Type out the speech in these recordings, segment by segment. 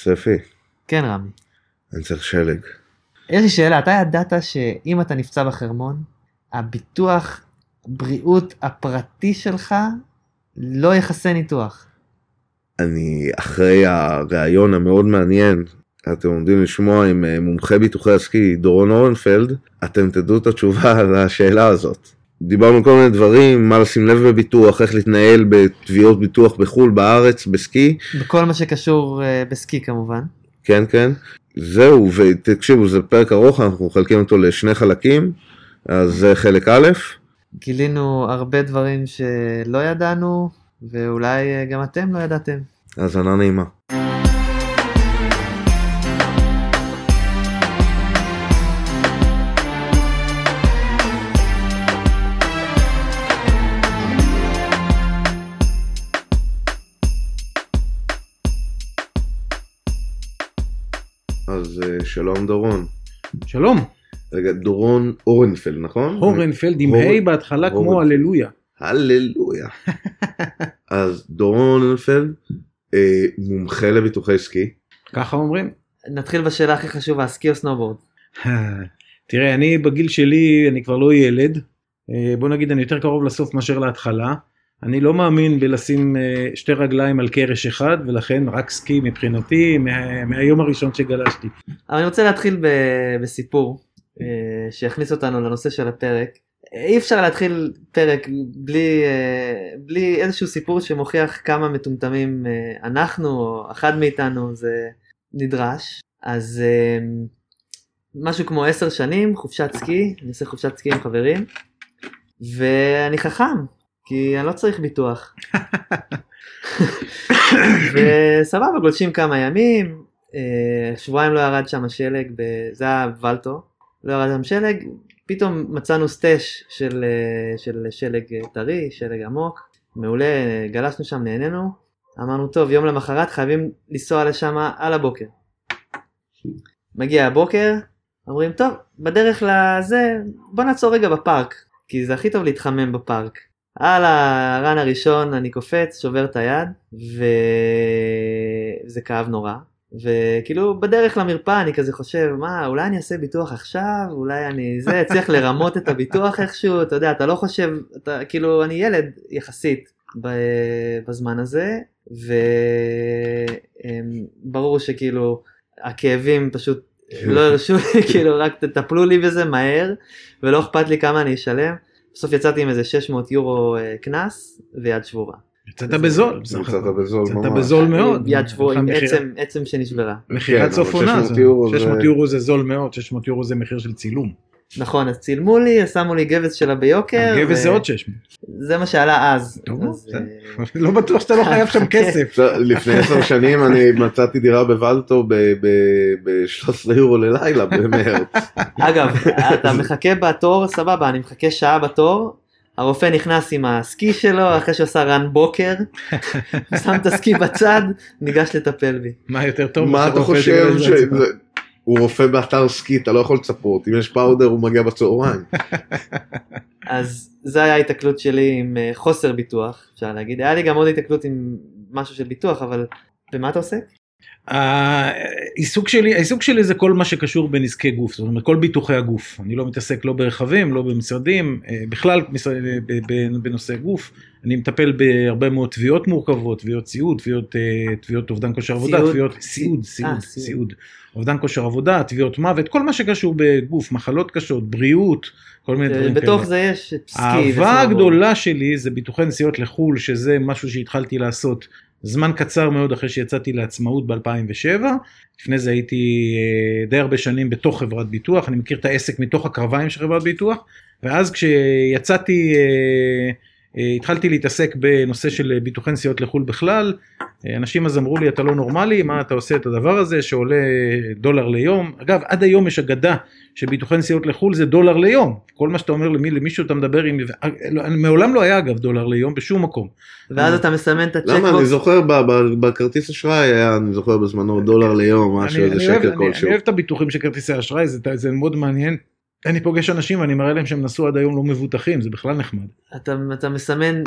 ספי. כן, רמי. אני צריך שלג. יש לי שאלה, אתה ידעת שאם אתה נפצע בחרמון, הביטוח בריאות הפרטי שלך לא יחסה ניתוח? אני אחרי הרעיון המאוד מעניין, אתם עומדים לשמוע עם מומחה ביטוחי הסקי, דורון אורנפלד, אתם תדעו את התשובה לשאלה הזאת. דיברנו כל מיני דברים, מה לשים לב בביטוח, איך להתנהל בתביעות ביטוח בחול, בארץ, בסקי. בכל מה שקשור בסקי כמובן. כן, כן. זהו, ותקשיבו, זה פרק ארוך, אנחנו מחלקים אותו לשני חלקים, אז זה חלק א'. גילינו הרבה דברים שלא ידענו, ואולי גם אתם לא ידעתם. אז ענה נעימה. אז שלום דורון. שלום. רגע, דורון אורנפלד, נכון? אורנפלד עם ה' בהתחלה כמו הללויה. הללויה. אז דורון אורנפלד, מומחה לביטוחי סקי. ככה אומרים. נתחיל בשאלה הכי חשובה, סקי או סנובורד? תראה, אני בגיל שלי, אני כבר לא ילד. בוא נגיד, אני יותר קרוב לסוף מאשר להתחלה. אני לא מאמין בלשים שתי רגליים על קרש אחד, ולכן רק סקי מבחינתי מהיום הראשון שגלשתי. אבל אני רוצה להתחיל בסיפור שיכניס אותנו לנושא של הפרק. אי אפשר להתחיל פרק בלי איזשהו סיפור שמוכיח כמה מטומטמים אנחנו, או אחד מאיתנו, זה נדרש. אז משהו כמו 10 שנים, חופשת סקי, אני עושה חופשת סקי עם חברים, ואני חכם. כי אני לא צריך ביטוח. וסבבה, גולשים כמה ימים, שבועיים לא ירד שם השלג, זה היה ולטו, לא ירד שם שלג, פתאום מצאנו סטש של שלג טרי, שלג עמוק, מעולה, גלשנו שם, נהנינו, אמרנו טוב, יום למחרת חייבים לנסוע לשם על הבוקר. מגיע הבוקר, אומרים טוב, בדרך לזה, בוא נעצור רגע בפארק, כי זה הכי טוב להתחמם בפארק. על הרן הראשון אני קופץ, שובר את היד, וזה כאב נורא, וכאילו בדרך למרפאה אני כזה חושב, מה, אולי אני אעשה ביטוח עכשיו, אולי אני צריך לרמות את הביטוח איכשהו, אתה יודע, אתה לא חושב, כאילו אני ילד יחסית בזמן הזה, וברור שכאילו הכאבים פשוט לא הרשו לי, כאילו רק תטפלו לי בזה מהר, ולא אכפת לי כמה אני אשלם, בסוף יצאתי עם איזה 600 יורו כנס ויד שבורה. יצאת בזול. יצאת בזול ממש. יצאת בזול מאוד. יד שבורה עם עצם שנשברה. מחירת סוף עונה. 600 יורו זה זול מאוד, 600 יורו זה מחיר של צילום. נכון, אז צילמו לי, שמו לי גבס שלה ביוקר. גבס זה עוד 600. זה מה שעלה אז. לא בטוח שאתה לא חייב שם כסף. לפני 10 שנים אני מצאתי דירה בוולטו ב-13 יורו ללילה במרץ. אגב, אתה מחכה בתור, סבבה, אני מחכה שעה בתור, הרופא נכנס עם הסקי שלו, אחרי שעושה רן בוקר, שם את הסקי בצד, ניגש לטפל בי. מה יותר טוב? מה אתה חושב הוא רופא באתר סקי, אתה לא יכול לצפות, אם יש פאודר הוא מגיע בצהריים. אז זה היה ההתקלות שלי עם חוסר ביטוח, אפשר להגיד. היה לי גם עוד התקלות עם משהו של ביטוח, אבל במה אתה עוסק? העיסוק שלי זה כל מה שקשור בנזקי גוף, זאת אומרת כל ביטוחי הגוף. אני לא מתעסק לא ברכבים, לא במשרדים, בכלל בנושא גוף. אני מטפל בהרבה מאוד תביעות מורכבות, תביעות סיעוד, תביעות אובדן כושר עבודה, תביעות סיעוד, אובדן כושר עבודה, תביעות מוות, כל מה שקשור בגוף, מחלות קשות, בריאות, כל מיני דברים כאלה. בתוך זה יש סקי. האהבה הגדולה שלי זה ביטוחי נסיעות לחול, שזה משהו שהתחלתי לעשות זמן קצר מאוד אחרי שיצאתי לעצמאות ב-2007, לפני זה הייתי די הרבה שנים בתוך חברת ביטוח, אני מכיר את העסק מתוך הקרביים של חברת ביטוח, ואז כשיצאתי, התחלתי להתעסק בנושא של ביטוחי נסיעות לחול בכלל, אנשים אז אמרו לי, אתה לא נורמלי, מה אתה עושה את הדבר הזה שעולה $1 ליום, אגב, עד היום יש אגדה שביטוחי נסיעות לחול זה $1 ליום, כל מה שאתה אומר למישהו אתה מדבר עם, מעולם לא היה אגב $1 ליום בשום מקום. ואז אתה מסמן את הצ'קבוקס. למה? אני זוכר בכרטיס אשראי היה, אני זוכר בזמנו $1 ליום, משהו, איזה שקל כלשהו. אני אוהב את הביטוחים של כרטיסי אשראי, זה מאוד מעניין. אני פוגש אנשים ואני מראה להם שהם נסעו עד היום לא מבוטחים, זה בכלל נחמד. אתה מסמן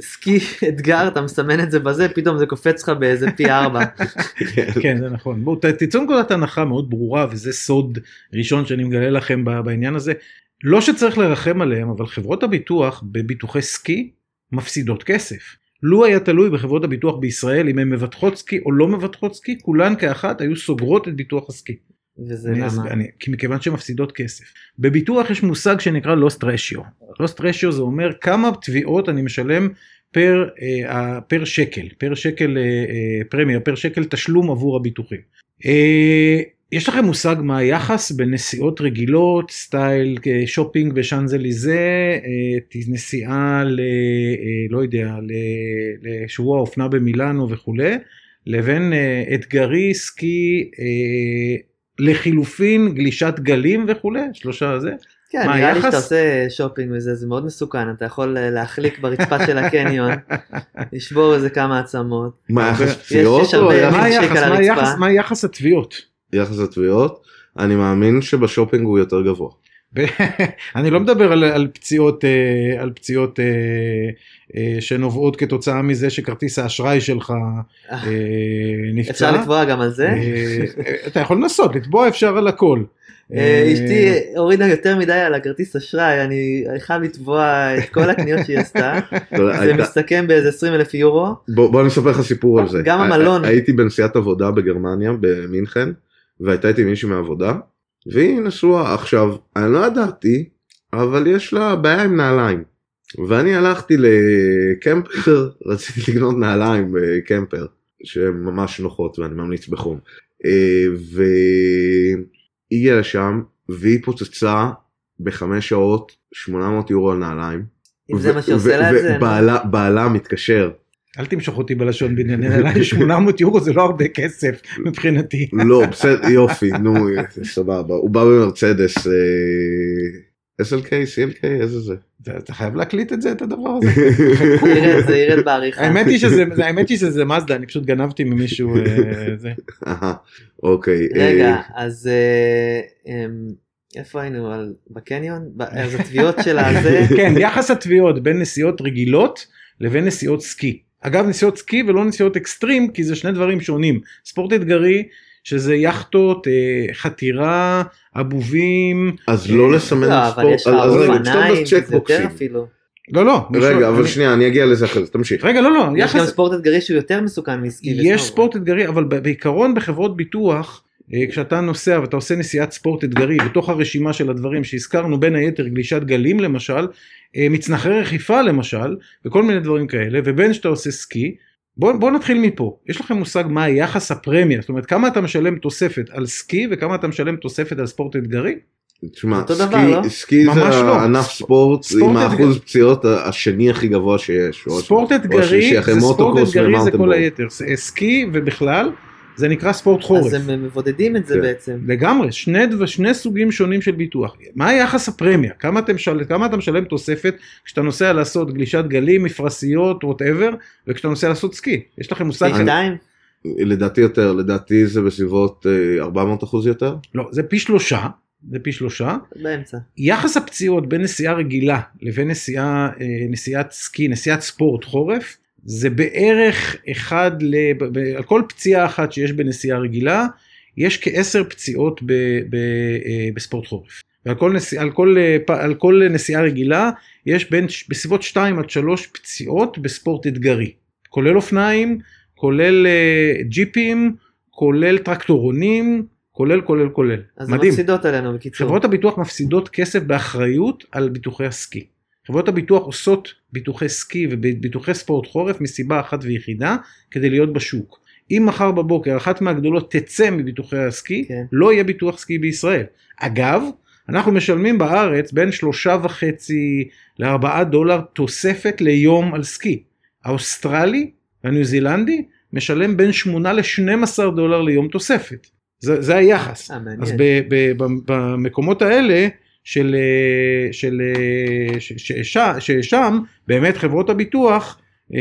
סקי אתגר, אתה מסמן את זה בזה, פתאום זה קופץ לך באיזה פי 4. כן, זה נכון. בואו, תצאו נקודת הנחה מאוד ברורה, וזה סוד ראשון שאני מגלה לכם בעניין הזה. לא שצריך לרחם עליהם, אבל חברות הביטוח בביטוחי סקי מפסידות כסף. לו היה תלוי בחברות הביטוח בישראל, אם הן מבטחות סקי או לא מבטחות סקי, כולן כאחת היו סוגרות את ביטוח הסקי. וזה למה? כי מכיוון שמפסידות כסף. בביטוח יש מושג שנקרא lost ratio. lost ratio זה אומר כמה תביעות אני משלם פר שקל, פרמיה, פר שקל תשלום עבור הביטוחים. יש לכם מושג מה היחס בין נסיעות רגילות, סטייל שופינג בשאנזליזה, נסיעה לא יודע, לשבוע אופנה במילאנו וכו', לבין אתגרי, סקי, לחילופין, גלישת גלים וכו', שלושה הזה? כן, נראה לי שאתה עושה שופינג וזה, זה מאוד מסוכן, אתה יכול להחליק ברצפה של הקניון, לשבור איזה כמה עצמות. מה יחס פציעות? מה היחס התביעות? יחס התביעות, אני מאמין שבשופינג הוא יותר גבוה. אני לא מדבר על פציעות שנובעות כתוצאה מזה שכרטיס האשראי שלך נפצע. אפשר לתבוע גם על זה? אתה יכול לנסות, לתבוע אפשר על הכל. אשתי הורידה יותר מדי על הכרטיס אשראי, אני חייב לתבוע את כל הקניות שהיא עשתה, זה מסתכם באיזה 20,000 יורו. בוא נספר לך סיפור על זה. גם המלון. הייתי בנסיעת עבודה בגרמניה, במינכן, והייתה איתי מישהי מעבודה, והיא נסועה. עכשיו, אני לא ידעתי, אבל יש לה בעיה עם נעליים. ואני הלכתי לקמפר, רציתי לקנות נעליים בקמפר, שהן ממש נוחות ואני ממליץ בחום. והיא הגיעה לשם, והיא פוצצה ב5 שעות 800 יורו על נעליים. אם זה מה שעושה לה את זה? ובעלה מתקשר. אל תמשוך אותי בלשון בענייני נעליים, 800 יורו זה לא הרבה כסף מבחינתי. לא, בסדר, יופי, נו, סבבה. הוא בא במרצדס, SLK, CLK, איזה זה? אתה חייב להקליט את זה, את הדבר הזה. זה ירד בעריכה. האמת היא שזה מזדה, אני פשוט גנבתי ממישהו זה. אוקיי. רגע, אז איפה היינו? בקניון? אז התביעות של הזה? כן, יחס התביעות בין נסיעות רגילות לבין נסיעות סקי. אגב, נסיעות סקי ולא נסיעות אקסטרים, כי זה שני דברים שונים. ספורט אתגרי, שזה יחטות, חתירה, אבובים. אז לא לסמן ספורט. אבל יש לך אופניים, זה יותר אפילו. לא. רגע, אבל שנייה, אני אגיע לזה אחרי זה, תמשיך. רגע, לא. יש גם ספורט אתגרי שהוא יותר מסוכן מסקי. יש ספורט אתגרי, אבל בעיקרון בחברות ביטוח, כשאתה נוסע ואתה עושה נסיעת ספורט אתגרי, בתוך הרשימה של הדברים שהזכרנו, בין היתר גלישת גלים למשל, מצנחי רכיפה למשל, וכל מיני דברים כאלה, ובין שאתה עושה סקי, בוא נתחיל מפה. יש לכם מושג מה היחס הפרמיה, זאת אומרת, כמה אתה משלם תוספת על סקי, וכמה אתה משלם תוספת על ספורט אתגרי? תשמע, סקי זה ענף ספורט עם האחוז פציעות השני הכי גבוה שיש. ספורט אתגרי זה כל היתר, סקי ובכלל, זה נקרא ספורט חורף. אז הם מבודדים את זה בעצם. לגמרי, שני סוגים שונים של ביטוח. מה היחס הפרמיה? כמה אתה משלם תוספת כשאתה נוסע לעשות גלישת גלים, מפרסיות, whatever, וכשאתה נוסע לעשות סקי? יש לכם מושג? לדעתי יותר, לדעתי זה בסביבות 400% יותר. לא, זה פי 3. זה פי 3. באמצע. יחס הפציעות בין נסיעה רגילה לבין נסיעת סקי, נסיעת ספורט חורף, זה בערך על כל פציעה אחת שיש בנסיעה רגילה, יש כ10 פציעות בספורט חורף. ועל כל נסיעה רגילה, יש בסביבות 2 עד 3 פציעות בספורט אתגרי. כולל אופניים, כולל ג'יפים, כולל טרקטורונים, כולל. אז זה מפסידות עלינו בקיצור. חברות הביטוח מפסידות כסף באחריות על ביטוחי הסקי. חברות הביטוח עושות ביטוחי סקי וביטוחי ספורט חורף מסיבה אחת ויחידה, כדי להיות בשוק. אם מחר בבוקר אחת מהגדולות תצא מביטוחי הסקי, לא יהיה ביטוח סקי בישראל. אגב, אנחנו משלמים בארץ בין $3.5 ל$4 תוספת ליום על סקי. האוסטרלי והניו זילנדי משלם בין $8 ל$12 ליום תוספת. זה היחס. אז במקומות האלה, ששם באמת חברות הביטוח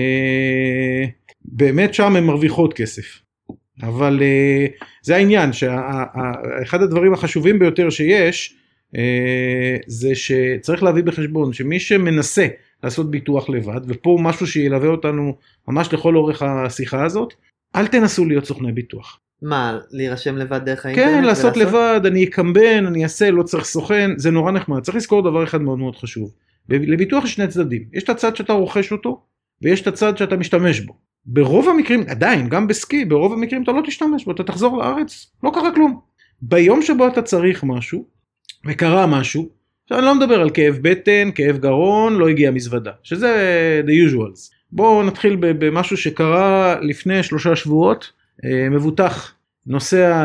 באמת שם הן מרוויחות כסף, אבל זה העניין שאחד הדברים החשובים ביותר שיש זה שצריך להביא בחשבון שמי שמנסה לעשות ביטוח לבד, ופה משהו שילווה אותנו ממש לכל אורך השיחה הזאת, אל תנסו להיות סוכני ביטוח. מה, להירשם לבד דרך האינטרנט? כן, לעשות לבד, אני אקמבן, אני אעשה, לא צריך סוכן, זה נורא נחמד. צריך לזכור דבר אחד מאוד מאוד חשוב. לביטוח יש שני צדדים. יש את הצד שאתה רוכש אותו, ויש את הצד שאתה משתמש בו. ברוב המקרים, עדיין, גם בסקי, ברוב המקרים אתה לא תשתמש בו, אתה תחזור לארץ, לא קרה כלום. ביום שבו אתה צריך משהו, וקרה משהו, אני לא מדבר על כאב בטן, כאב גרון, לא הגיע מזוודה, שזה the usuals. בואו נתחיל במשהו שקרה לפני 3 שבועות, מבוטח נוסע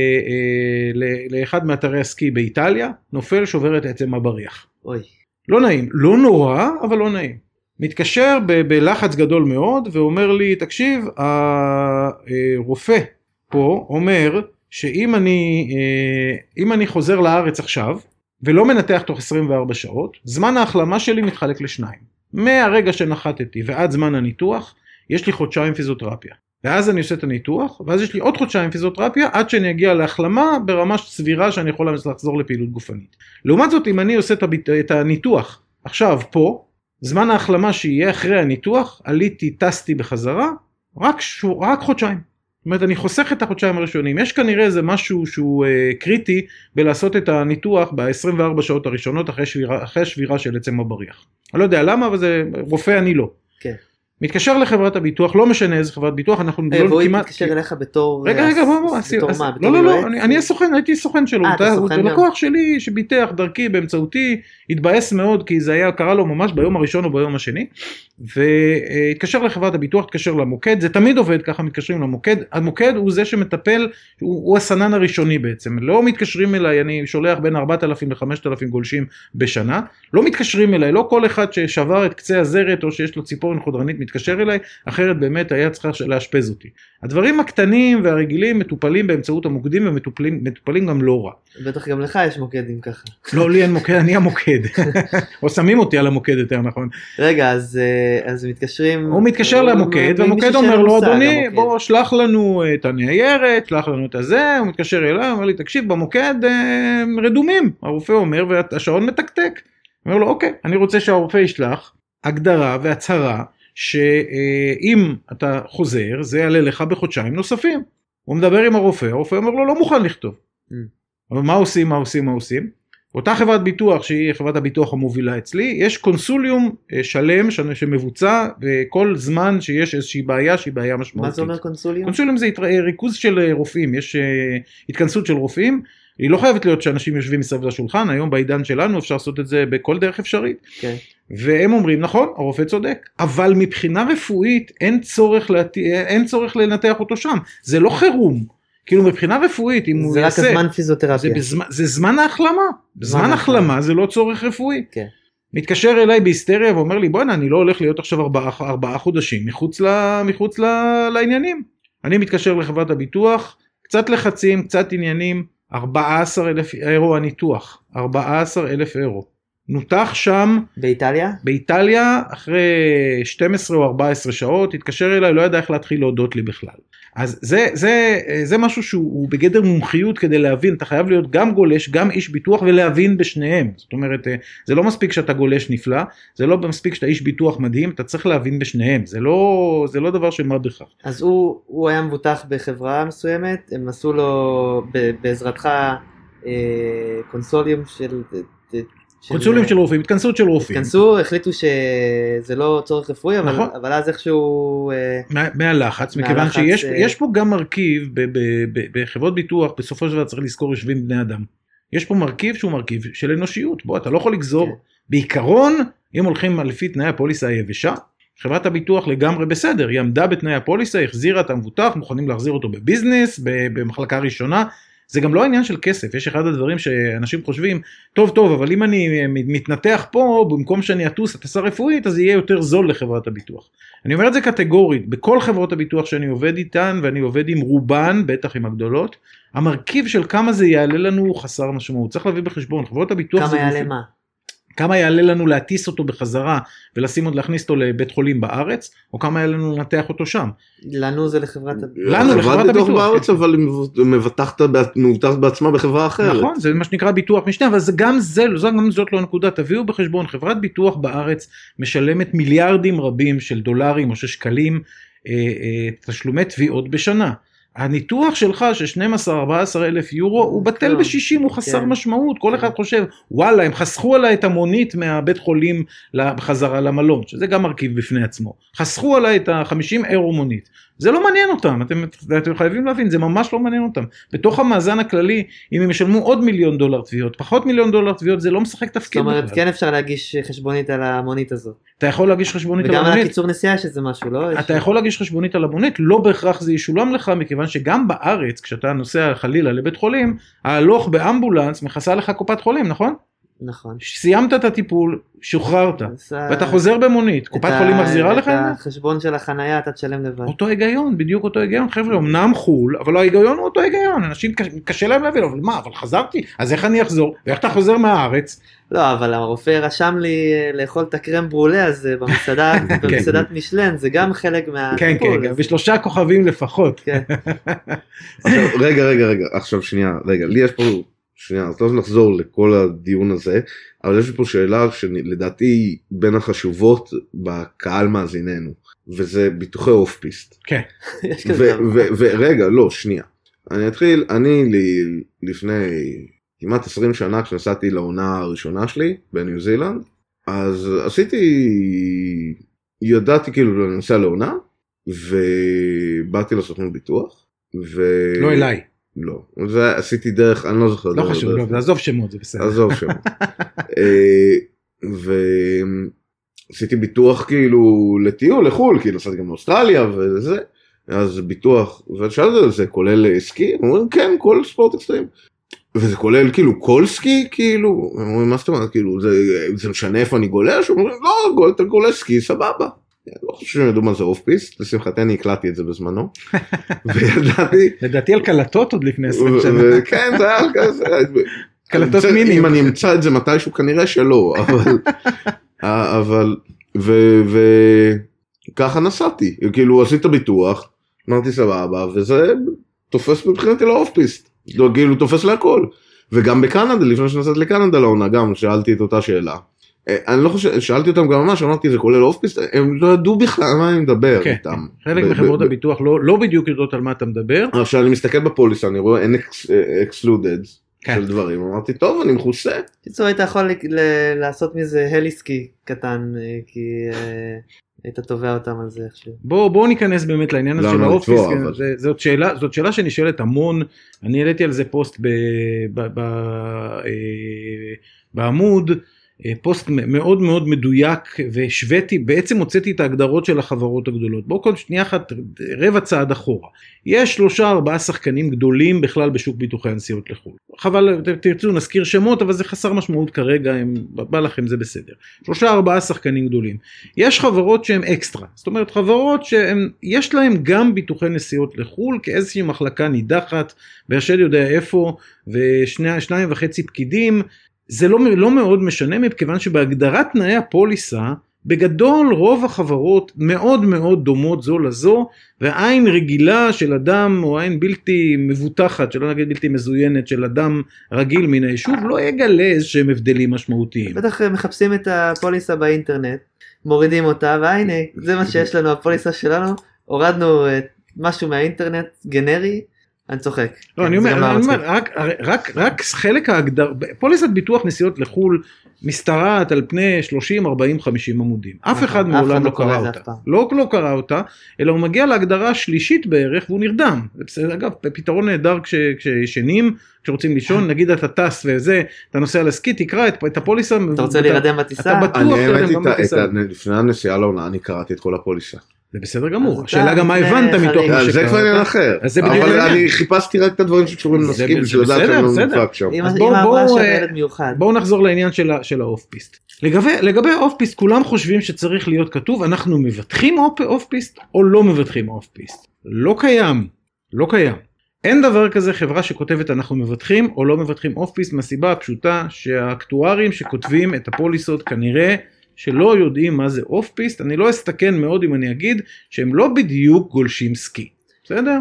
לאחד מאתרי הסקי באיטליה, נופל, שובר את עצם הבריח. אוי. לא נעים, לא נורא, אבל לא נעים. מתקשר בלחץ גדול מאוד, ואומר לי, תקשיב, הרופא פה אומר, שאם אני חוזר לארץ עכשיו, ולא מנתח תוך 24 שעות, זמן ההחלמה שלי מתחלק לשניים. מהרגע שנחתתי ועד זמן הניתוח, יש לי 2 חודשים פיזיותרפיה. ואז אני עושה את הניתוח, ואז יש לי עוד 2 חודשים פיזיותרפיה, עד שאני אגיע להחלמה ברמה סבירה שאני יכול לחזור לפעילות גופנית. לעומת זאת, אם אני עושה את הניתוח עכשיו פה, זמן ההחלמה שיהיה אחרי הניתוח, עליתי, טסתי בחזרה, רק 2 חודשים. זאת אומרת, אני חוסך את 2 חודשים הראשונים. יש כנראה איזה משהו שהוא קריטי בלעשות את הניתוח ב-24 שעות הראשונות אחרי שבירה של עצם הבריח. אני לא יודע למה, אבל זה רופא אני לא. כן. מתקשר לחברת הביטוח, לא משנה איזה חברת ביטוח, אנחנו לא והוא מתקשר אליך בתור... רגע, בוא, לא, אני הסוכן, הייתי סוכן שלו, הוא לקוח שלי שביטח דרכי באמצעותי, התבאס מאוד כי זה קרה לו ממש ביום הראשון או ביום השני, והתקשר לחברת הביטוח, התקשר למוקד, זה תמיד עובד ככה, מתקשרים למוקד, המוקד הוא זה שמטפל, הוא הסנן הראשוני בעצם, לא מתקשרים אליי, אני שולח בין 4,000 ל-5,000 גולשים בשנה, לא מתקשרים אליי, לא כל אחד ששבר את קצה הזרת או שיש לו ציפורן חודרנית מתקשר אליי, אחרת באמת היה צריך לאשפז אותי. הדברים הקטנים והרגילים מטופלים באמצעות המוקדים ומטופלים גם לא רע. בטח גם לך יש מוקדים ככה. לא, לי אין מוקד, אני המוקד. או שמים אותי על המוקד יותר נכון. רגע, אז מתקשרים... הוא מתקשר למוקד, והמוקד אומר לו, אדוני, בוא שלח לנו את הניירת, שלח לנו את הזה, הוא מתקשר אליי, אומר לי, תקשיב, במוקד רדומים. הרופא אומר, והשעון מתקתק. אומר לו, אוקיי, אני רוצה שהרופא ישלח הגדרה והצהרה, שאם אתה חוזר, זה יעלה לך בחודשיים נוספים. הוא מדבר עם הרופא אומר לו, לא מוכן לכתוב. אבל מה עושים? אותה חברת ביטוח, שהיא חברת הביטוח המובילה אצלי, יש קונסוליום שלם שמבוצע, וכל זמן שיש איזושהי בעיה, שהיא בעיה משמעותית. מה זה אומר קונסוליום? קונסוליום זה ריכוז של רופאים, יש התכנסות של רופאים, היא לא חייבת להיות שאנשים יושבים מסביב לשולחן, היום בעידן שלנו אפשר לעשות את זה בכל דרך אפשרית. כן. והם אומרים, נכון, הרופא צודק, אבל מבחינה רפואית אין צורך לנתח אותו שם, זה לא חירום, כאילו מבחינה רפואית, אם הוא יעשה... זה רק הזמן פיזיותרפיה. זה זמן ההחלמה, בזמן ההחלמה זה לא צורך רפואי. כן. מתקשר אליי בהיסטריה ואומר לי, בוא'נה, אני לא הולך להיות עכשיו 4 חודשים מחוץ לעניינים. אני מתקשר לחברת הביטוח, קצת לחצים, קצת עניינים, 14,000 אירו הניתוח, 14,000 אירו. נותח שם. באיטליה? באיטליה, אחרי 12 או 14 שעות, התקשר אליי, לא ידע איך להתחיל להודות לי בכלל. אז זה משהו שהוא בגדר מומחיות כדי להבין, אתה חייב להיות גם גולש, גם איש ביטוח ולהבין בשניהם. זאת אומרת, זה לא מספיק שאתה גולש נפלא, זה לא מספיק שאתה איש ביטוח מדהים, אתה צריך להבין בשניהם, זה לא דבר של מה בכך. אז הוא היה מבוטח בחברה מסוימת, הם עשו לו בעזרתך קונסוליום של... קונסולים של רופאים, התכנסות של רופאים. התכנסו, החליטו שזה לא צורך רפואי, אבל אז איכשהו... מהלחץ, מכיוון שיש פה גם מרכיב, בחברות ביטוח, בסופו של דבר צריך לזכור יושבים בני אדם. יש פה מרכיב שהוא מרכיב של אנושיות, בוא, אתה לא יכול לגזור. בעיקרון, אם הולכים לפי תנאי הפוליסה היבשה, חברת הביטוח לגמרי בסדר, היא עמדה בתנאי הפוליסה, החזירה את המבוטח, מוכנים להחזיר אותו בביזנס, במחלקה ראשונה, זה גם לא העניין של כסף, יש אחד הדברים שאנשים חושבים, טוב, אבל אם אני מתנתח פה, במקום שאני אטוס הטסה רפואית, אז יהיה יותר זול לחברת הביטוח. אני אומר את זה קטגורית, בכל חברות הביטוח שאני עובד איתן, ואני עובד עם רובן, בטח עם הגדולות, המרכיב של כמה זה יעלה לנו חסר משמעות, צריך להביא בחשבון, חברות הביטוח כמה יעלה מה? כמה יעלה לנו להטיס אותו בחזרה, ולשים עוד להכניס אותו לבית חולים בארץ, או כמה יעלה לנו לנתח אותו שם. לנו זה לחברת לנו, לחברת הביטוח. בארץ, אבל היא מבטחת בעצמה בחברה אחרת. נכון, זה מה שנקרא ביטוח משנה, אבל גם זאת לא נקודה. תביאו בחשבון, חברת ביטוח בארץ משלמת מיליארדים רבים של דולרים או של שקלים, תשלומי תביעות בשנה. הניתוח שלך של 12-14 אלף יורו הוא בטל ב-60, הוא חסר משמעות, כל אחד חושב וואלה הם חסכו עליי את המונית מהבית חולים בחזרה למלון, שזה גם מרכיב בפני עצמו, חסכו עליי את ה-50 אירו מונית, זה לא מעניין אותם, אתם חייבים להבין, זה ממש לא מעניין אותם, בתוך המאזן הכללי אם הם ישלמו עוד $1,000,000 תביעות, פחות $1,000,000 תביעות, זה לא משחק תפקיד. זאת אומרת כן אפשר להגיש חשבונית על המונית הזאת. אתה יכול להגיש חשבונית על המונית. וגם על הקיצור נסיעה שזה משהו, לא? אתה יכול להגיש חשבונית על המונית, לא בהכרח זה ישולם לך, מכיוון שגם בארץ, כשאתה נוסע חלילה לבית חולים, ההלוך באמבולנס מכסה לך קופת חולים, נכון? נכון. סיימת את הטיפול, שוחררת, ואתה חוזר במונית, קופת חולים מחזירה לך? את החשבון של החנייה אתה תשלם לבד. אותו היגיון, בדיוק אותו היגיון, חבר'ה, אמנם חול, אבל ההיגיון הוא אותו היגיון, אנשים קשה להם להבין, אבל מה, אבל חזרתי, אז איך אני אחזור? ואיך אתה חוזר מהארץ? לא, אבל הרופא רשם לי לאכול את הקרם ברולה הזה במסעדת משלן, זה גם חלק מהטיפול. כן, ב3 כוכבים לפחות. רגע, עכשיו שנייה, לי יש פה, שנייה, אז לא נחזור לכל הדיון הזה, אבל יש פה שאלה שלדעתי בין החשובות בקהל מאזיננו, וזה ביטוחי אוף פיסט. כן. ורגע, לא, שנייה. אני אתחיל, לפני כמעט 20 שנה כשנסעתי לעונה הראשונה שלי בניו זילנד, אז ידעתי כאילו לנסוע לעונה, ובאתי לסוכנות ביטוח, לא אליי. לא, זה עשיתי דרך, אני לא זוכר. לא חשוב, לא, עזוב שמות, זה בסדר. עזוב שמות. ועשיתי ביטוח כאילו לטיול, לחול, כאילו עשיתי גם לאוסטרליה וזה, אז ביטוח, ושאלתי על זה, כולל סקי? הם אומרים, כן, כל ספורט אקסטרים. וזה כולל כאילו כל סקי, כאילו, הם אומרים, מה זאת אומרת, כאילו, זה משנה איפה אני גולש? הם אומרים, לא, אתה גולש סקי, סבבה. לא חושב שהם ידעו מה זה אוף פיסט, לשמחתי אני הקלטתי את זה בזמנו, וידעתי... לדעתי על קלטות עוד לפני 20 שנה. כן, זה היה כזה... קלטות מיני. אם אני אמצא את זה מתישהו, כנראה שלא, אבל... וככה נסעתי, כאילו עשית ביטוח, אמרתי סבבה, וזה תופס מבחינתי לאוף פיסט, כאילו תופס להכל. וגם בקנדה, לפני שנסעתי לקנדה לעונה, גם שאלתי את אותה שאלה. אני לא חושב, שאלתי אותם גם ממש, אמרתי זה כולל אוף פיסט, הם לא ידעו בכלל על מה אני מדבר איתם. חלק מחברות הביטוח לא בדיוק יודעות על מה אתה מדבר. עכשיו אני מסתכל בפוליסה, אני רואה אין excluded של דברים, אמרתי טוב אני מכוסה. קיצור היית יכול לעשות מזה הליסקי קטן, כי היית תובע אותם על זה איכשהו. בואו ניכנס באמת לעניין הזה של האוף פיסט, זאת שאלה שנשאלת המון, אני העליתי על זה פוסט בעמוד, פוסט מאוד מאוד מדויק, והשוויתי, בעצם הוצאתי את ההגדרות של החברות הגדולות. בואו כל שנייה אחת, רבע צעד אחורה. יש 3-4 שחקנים גדולים בכלל בשוק ביטוחי הנסיעות לחו"ל. חבל, תרצו, נזכיר שמות, אבל זה חסר משמעות כרגע, בא לכם זה בסדר. 3-4 שחקנים גדולים. יש חברות שהן אקסטרה, זאת אומרת חברות שיש להן גם ביטוחי נסיעות לחו"ל, כאיזושהי מחלקה נידחת, והשד יודע איפה, ו2.5 פקידים, זה לא מאוד משנה, מכיוון שבהגדרת תנאי הפוליסה, בגדול רוב החברות מאוד מאוד דומות זו לזו, ועין רגילה של אדם, או עין בלתי מבוטחת, שלא נגיד בלתי מזוינת, של אדם רגיל מן היישוב, לא יגלה איזשהם הבדלים משמעותיים. בטח מחפשים את הפוליסה באינטרנט, מורידים אותה, והנה, זה מה שיש לנו, הפוליסה שלנו, הורדנו משהו מהאינטרנט גנרי, אני צוחק. לא, אני אומר, רק חלק פוליסת ביטוח נסיעות לחול משתרעת על פני 30, 40, 50 עמודים. אף אחד מעולם לא קרא אותה. לא קרא אותה, אלא הוא מגיע להגדרה השלישית בערך והוא נרדם. אגב, פתרון נהדר כשישנים, כשרוצים לישון, נגיד אתה טס וזה, אתה נוסע על הסקי, תקרא את הפוליסה. אתה רוצה להירדם בטיסה? אתה בטוח תירדם גם בטיסה. לפני הנסיעה לעונה אני קראתי את כל הפוליסה. זה בסדר גמור, השאלה גם מה הבנת מתוך מה שקרה. זה כבר עניין אחר, אבל אני חיפשתי רק את הדברים שקשורים לנסקים, בשביל לדעת שאני לא נדפק שם. בואו נחזור לעניין של האוף פיסט. לגבי האוף פיסט, כולם חושבים שצריך להיות כתוב, אנחנו מבטחים אוף פיסט או לא מבטחים אוף פיסט. לא קיים. אין דבר כזה חברה שכותבת אנחנו מבטחים או לא מבטחים אוף-פיס, מהסיבה הפשוטה שהאקטוארים שכותבים את הפוליסות כנראה שלא יודעים מה זה אוף-פיס. אני לא אסתכן מאוד אם אני אגיד שהם לא בדיוק גולשים סקי, בסדר?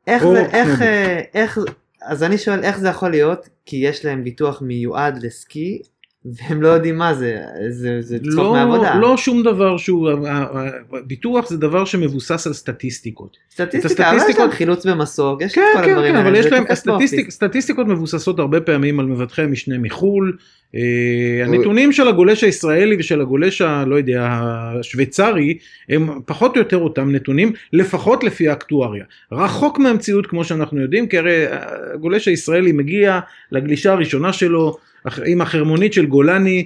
אז אני שואל איך זה יכול להיות, כי יש להם ביטוח מיועד לסקי, והם לא יודעים מה זה, זה צחוק מהעבודה. לא שום דבר שהוא, ביטוח זה דבר שמבוסס על סטטיסטיקות. סטטיסטיקה, אבל יש להם חילוץ במסוק, יש את כל הדברים האלה. אבל יש להם, סטטיסטיקות מבוססות הרבה פעמים על מבטחי משנה מחול, הנתונים של הגולש הישראלי ושל הגולש, לא יודע, השוויצרי, הם פחות או יותר אותם נתונים, לפחות לפי האקטואריה. רחוק מהמציאות כמו שאנחנו יודעים, כי הרי הגולש הישראלי מגיע לגלישה הראשונה שלו, עם החרמונית של גולני,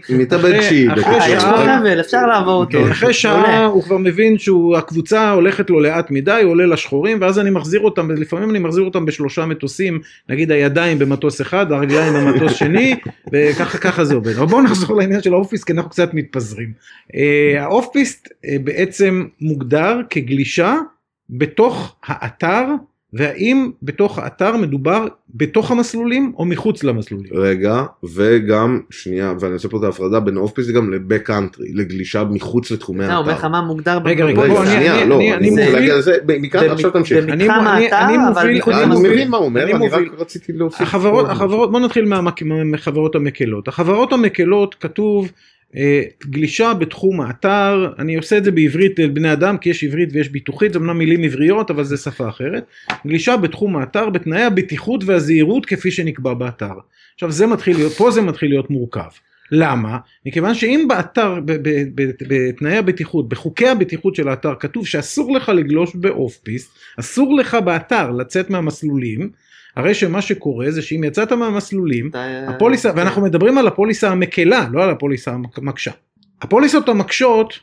אפשר לעבור אותו. אחרי שעה הוא כבר מבין שהקבוצה הולכת לו לאט מדי, הוא עולה לשחורים, ואז אני מחזיר אותם, לפעמים אני מחזיר אותם בשלושה מטוסים, נגיד הידיים במטוס אחד, הרגליים במטוס שני, וככה זה עובד. אבל בואו נחזור לעניין של האוף-פיסט, כי אנחנו קצת מתפזרים. האוף-פיסט בעצם מוגדר כגלישה בתוך האתר, והאם בתוך האתר מדובר בתוך המסלולים או מחוץ למסלולים? רגע, וגם, שנייה, ואני עושה פה את ההפרדה בין אוף-פיס גם לבק-קאנטרי, לגלישה מחוץ לתחומי האתר. לא, בכמה מוגדר... רגע, שנייה, לא, אני מוביל... מכאן עכשיו תמשיך. במתחם האתר, אבל מחוץ אני למסלולים. מבין מה הוא אומר, אני רק רציתי להוסיף... החברות, בוא נתחיל מהחברות המקלות. החברות המקלות כתוב... גלישה בתחום האתר, אני עושה את זה בעברית לבני אדם, כי יש עברית ויש ביטוחית, זה אמנם מילים עבריות, אבל זה שפה אחרת. גלישה בתחום האתר, בתנאי הבטיחות והזהירות כפי שנקבע באתר. עכשיו זה מתחיל להיות, פה זה מתחיל להיות מורכב. למה? מכיוון שאם באתר, בתנאי הבטיחות, בחוקי הבטיחות של האתר, כתוב שאסור לך לגלוש באוף-פיסט, אסור לך באתר לצאת מהמסלולים, הרי שמה שקורה זה שאם יצאת מהמסלולים, הפוליסה, ואנחנו מדברים על הפוליסה המקלה, לא על הפוליסה המקשה. הפוליסות המקשות,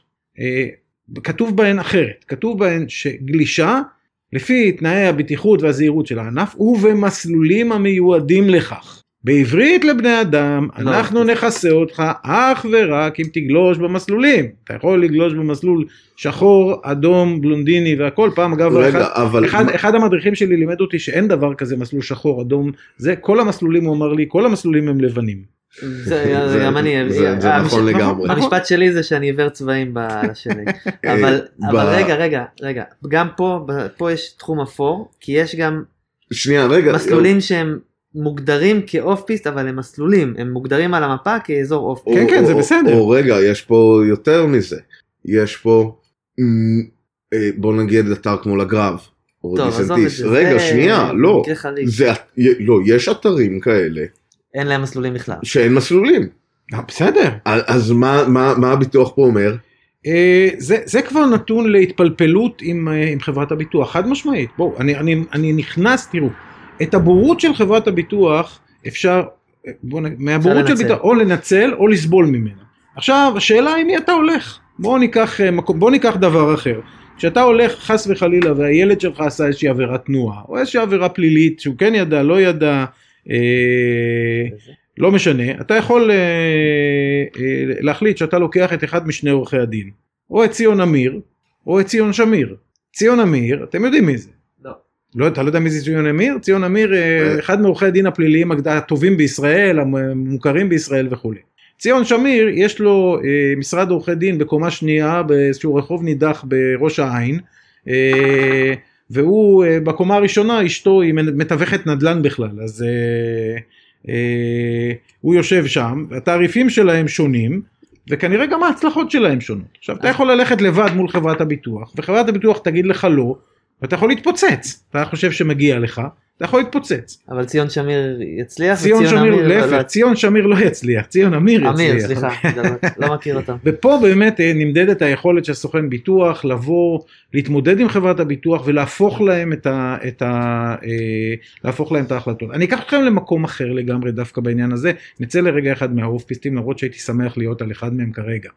כתוב בהן אחרת, כתוב בהן שגלישה, לפי תנאי הבטיחות והזהירות של הענף, ובמסלולים המיועדים לכך. בעברית לבני אדם, אנחנו נכסה אותך אך ורק אם תגלוש במסלולים. אתה יכול לגלוש במסלול שחור, אדום, בלונדיני והכל. פעם אגב, אחד המדריכים שלי לימד אותי שאין דבר כזה מסלול שחור, אדום. זה כל המסלולים, הוא אמר לי, כל המסלולים הם לבנים. זה גם אני, זה נכון לגמרי. המשפט שלי זה שאני עיוור צבעים בשלג. אבל רגע, גם פה יש תחום אפור, כי יש גם מסלולים שהם מוגדרים כאוף-פיסט, אבל הם מסלולים, הם מוגדרים על המפה כאזור אוף-פיסט. כן, זה בסדר. או רגע, יש פה יותר מזה. יש פה, בוא נגיד אתר כמו לגרב, או דיסנטיס. רגע, שנייה, לא. יש אתרים כאלה. אין להם מסלולים בכלל. שאין מסלולים. בסדר. אז מה הביטוח פה אומר? זה כבר נתון להתפלפלות עם חברת הביטוח, חד משמעית. בואו, אני נכנס, תראו. את הבורות של חברת הביטוח אפשר, מהבורות של ביטוח, או לנצל או לסבול ממנה. עכשיו, השאלה היא מי אתה הולך. בוא ניקח דבר אחר. כשאתה הולך חס וחלילה, והילד שלך עשה איזושהי עבירת תנועה, או איזושהי עבירה פלילית, שהוא כן ידע, לא ידע, לא משנה, אתה יכול להחליט שאתה לוקח את אחד משני עורכי הדין, או את ציון אמיר, או את ציון שמיר. ציון אמיר, אתם יודעים מי זה? לא, אתה לא יודע מי זה ציון אמיר? ציון אמיר, אחד מעורכי הדין הפליליים הטובים בישראל, המוכרים בישראל וכו'. ציון שמיר, יש לו משרד עורכי דין בקומה שנייה, באיזשהו רחוב נידח בראש העין, והוא בקומה הראשונה, אשתו היא מתווכת נדל"ן בכלל, אז הוא יושב שם, והתעריפים שלהם שונים, וכנראה גם ההצלחות שלהם שונות. עכשיו, אתה יכול ללכת לבד מול חברת הביטוח, וחברת הביטוח תגיד לך לא, ואתה יכול להתפוצץ, אתה חושב שמגיע לך, אתה יכול להתפוצץ. אבל ציון שמיר יצליח? ציון שמיר לא יצליח, ציון אמיר יצליח. אמיר, סליחה, לא מכיר אותם. ופה באמת נמדדת היכולת של סוכן ביטוח, לבוא, להתמודד עם חברת הביטוח, ולהפוך להם להפוך להם את ההחלטות. אני אקח אתכם למקום אחר לגמרי, דווקא בעניין הזה, נצא לרגע אחד מהאוף-פיסטים, למרות שהייתי שמח להיות על אחד מהם כרגע.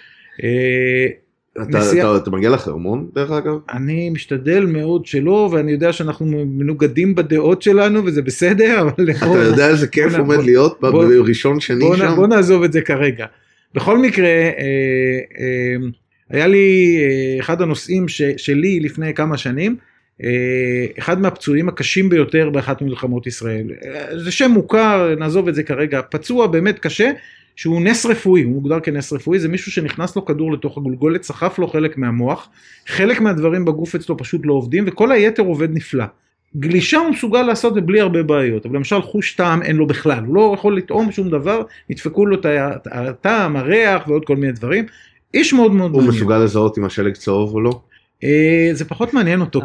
אתה מגיע לחרמון דרך אגב? אני משתדל מאוד שלא, ואני יודע שאנחנו מנוגדים בדעות שלנו, וזה בסדר, אבל... אתה יודע איזה כיף עומד להיות בראשון שני שם? בוא נעזוב את זה כרגע. בכל מקרה, היה לי אחד הנושאים שלי לפני כמה שנים, אחד מהפצועים הקשים ביותר באחת מלחמות ישראל. זה שם מוכר, נעזוב את זה כרגע, פצוע באמת קשה, שהוא נס רפואי, הוא מוגדר כנס רפואי, זה מישהו שנכנס לו כדור לתוך הגולגולת, סחף לו חלק מהמוח, חלק מהדברים בגוף אצלו פשוט לא עובדים, וכל היתר עובד נפלא. גלישה הוא מסוגל לעשות זה בלי הרבה בעיות, אבל למשל חוש טעם אין לו בכלל, הוא לא יכול לטעום שום דבר, נדפקו לו את הטעם, הריח ועוד כל מיני דברים, איש מאוד מאוד מעניין. הוא מסוגל לזהות אם השלג צהוב או לא? זה פחות מעניין אותו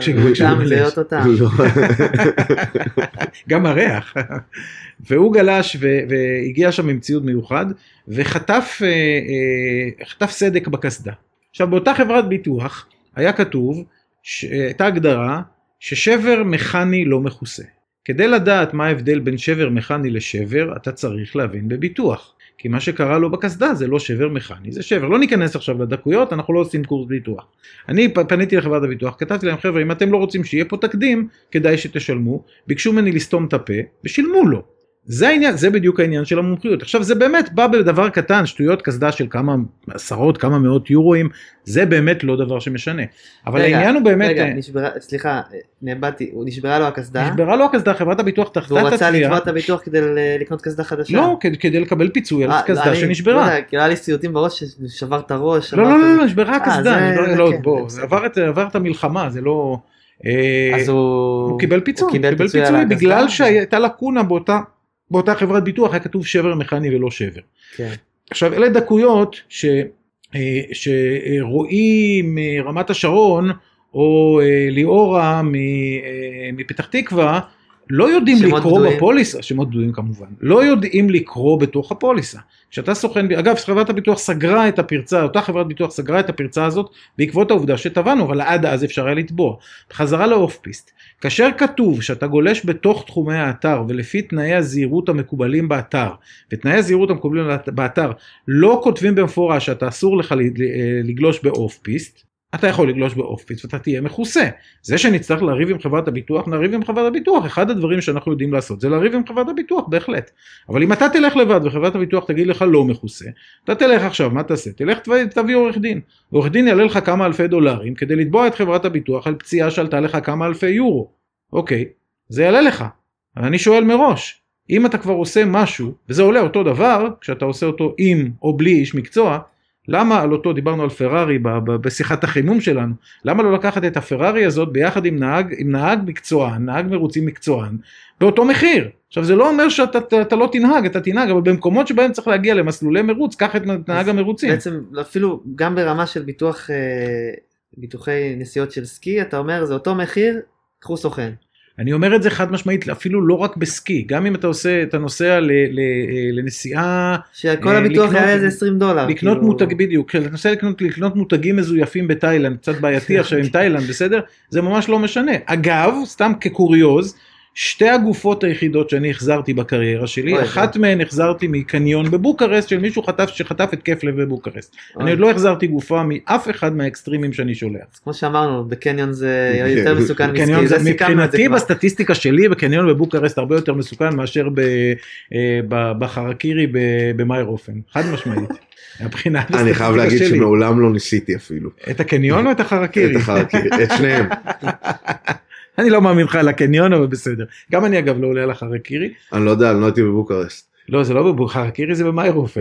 גם הריח. והוא גלש והגיע שם עם ציוד מיוחד וחטף סדק בקסדה. עכשיו באותה חברת ביטוח היה כתוב, הייתה הגדרה ששבר מכני לא מכוסה. כדי לדעת מה ההבדל בין שבר מכני לשבר, אתה צריך להבין בביטוח. כי מה שקרה לו בקסדה זה לא שבר מכני, זה שבר. לא ניכנס עכשיו לדקויות, אנחנו לא עושים קורס ביטוח. אני פניתי לחברת הביטוח, כתבתי להם, חבר'ה, אם אתם לא רוצים שיהיה פה תקדים, כדאי שתשלמו, ביקשו ממני לסתום את הפה, ושילמו לו. זה העניין, זה בדיוק העניין של המומחיות. עכשיו זה באמת בא בדבר קטן, שטויות קסדה של כמה עשרות, כמה מאות יורואים, זה באמת לא דבר שמשנה. אבל העניין הוא באמת... רגע, סליחה, נאבדתי, הוא נשברה לו הקסדה? נשברה לו הקסדה, חברת הביטוח תחתה את התביעה. והוא רצה לתבוע את הביטוח כדי לקנות קסדה חדשה? לא, כדי לקבל פיצוי על קסדה שנשברה. כי היה לי סיוטים בראש ששבר את הראש. לא, נשברה הקסדה. עבר את המלחמה, זה לא... אז הוא קיבל פיצוי בגלל שהייתה לקונה באותה חברת ביטוח, היה כתוב שבר מכני ולא שבר. עכשיו, אלה דקויות שרואי מרמת השרון, או ליאורה מפתח תקווה, לא יודעים לקרוא בפוליסה, שמות בדויים כמובן, לא יודעים לקרוא בתוך הפוליסה. כשאתה סוכן, אגב, חברת הביטוח סגרה את הפרצה, אותה חברת ביטוח סגרה את הפרצה הזאת, בעקבות העובדה שטבענו, אבל עד אז אפשר היה לתבוע. בחזרה לאוף-פיסט, כאשר כתוב שאתה גולש בתוך תחומי האתר, ולפי תנאי הזהירות המקובלים באתר, ותנאי הזהירות המקובלים באתר, לא כותבים במפורש שאתה אסור לך לגלוש באוף-פיסט, אתה יכול לגלוש באוף-פיסט ואתה תהיה מכוסה. זה שנצטרך לריב עם חברת הביטוח, נריב עם חברת הביטוח. אחד הדברים שאנחנו יודעים לעשות זה לריב עם חברת הביטוח, בהחלט. אבל אם אתה תלך לבד וחברת הביטוח תגיד לך לא מכוסה, אתה תלך עכשיו, מה תעשה? תלך תביא עורך דין. עורך דין יעלה לך כמה אלפי דולרים כדי לתבוע את חברת הביטוח על פציעה שעלתה לך כמה אלפי יורו. אוקיי, זה יעלה לך. אבל אני שואל מראש, אם אתה כבר עושה משהו, וזה עולה אותו דבר, כשאתה עושה אותו עם או בלי איש מקצוע, למה על אותו, דיברנו על פרארי בשיחת החימום שלנו, למה לא לקחת את הפרארי הזאת ביחד עם נהג מקצוען, נהג מרוצים מקצוען, באותו מחיר? עכשיו זה לא אומר שאתה לא תנהג, אתה תנהג, אבל במקומות שבהם צריך להגיע למסלולי מרוץ, קח את נהג המרוצים. בעצם אפילו גם ברמה של ביטוחי נסיעות של סקי, אתה אומר זה אותו מחיר, קחו סוכן. אני אומר את זה חד משמעית, אפילו לא רק בסקי, גם אם אתה נוסע לנסיעה, שכל הביטוח היה איזה $20. לקנות מותג, בדיוק, כשאתה נוסע לקנות מותגים מזויפים בתאילנד, קצת בעייתי עכשיו עם תאילנד, בסדר? זה ממש לא משנה. אגב, סתם כקוריוז, שתי הגופות היחידות שאני החזרתי בקריירה שלי, אחת מהן החזרתי מקניון בבוקרסט, של מישהו שחטף התקף לב בבוקרסט. אני עוד לא החזרתי גופה מאף אחד מהאקסטרימים שאני שולח. כמו שאמרנו, בקניון זה יותר מסוכן מסקי. מבחינתי בסטטיסטיקה שלי, בקניון בבוקרסט הרבה יותר מסוכן מאשר בחרקירי במיירופן. חד משמעית. אני חייב להגיד שמעולם לא ניסיתי אפילו. את הקניון או את החרקירי? את החרקירי, את שניהם. אני לא מאמין לך על הקניון, אבל בסדר. גם אני אגב לא עולה על החרקירי. אני לא יודע, אני לא הייתי בבוקרסט. לא, זה לא בבוקרסט, חרקירי זה במיירופן.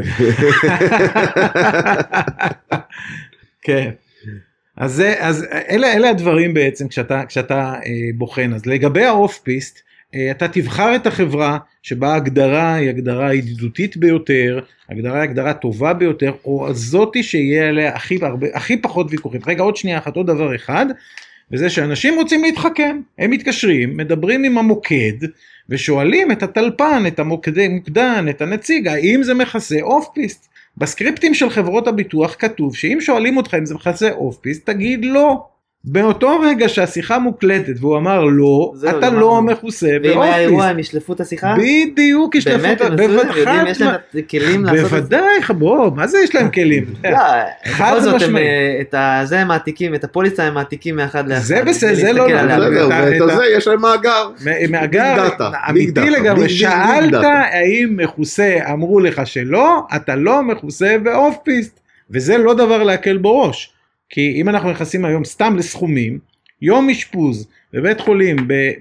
כן. אז אלה הדברים בעצם כשאתה בוחן. אז לגבי האוף-פיסט, אתה תבחר את החברה שבה ההגדרה היא הגדרה ידידותית ביותר, הגדרה היא הגדרה טובה ביותר, או זאתי שיהיה עליה הכי פחות ויכוחים. רגע, עוד שנייה אחת, עוד דבר אחד, וזה שאנשים רוצים להתחכם, הם מתקשרים, מדברים עם המוקד, ושואלים את הטלפן, את המוקדן, את הנציג, האם זה מכסה אוף-פיסט. בסקריפטים של חברות הביטוח כתוב, שאם שואלים אותך אם זה מכסה אוף-פיסט, תגיד לא. באותו רגע שהשיחה מוקלטת, והוא אמר לא, אתה לא מכוסה באוף-פיסט. ואם היה אירוע, הם ישלפו את השיחה? בדיוק, ישלפו אותה. באמת, יש להם כלים לעשות את זה? בוודאי, בוא, מה זה יש להם כלים? בכל זאת, זה הם מעתיקים, את הפוליסה הם מעתיקים מאחד לאחד. זה בסדר, זה לא. ואת זה יש להם מאגר. מאגר, אמיתי לגמרי. שאלת האם מכוסה, אמרו לך שלא, אתה לא מכוסה באוף-פיסט. וזה לא דבר להקל בראש. כי אם אנחנו נכנסים היום סתם לסכומים, יום אשפוז בבית חולים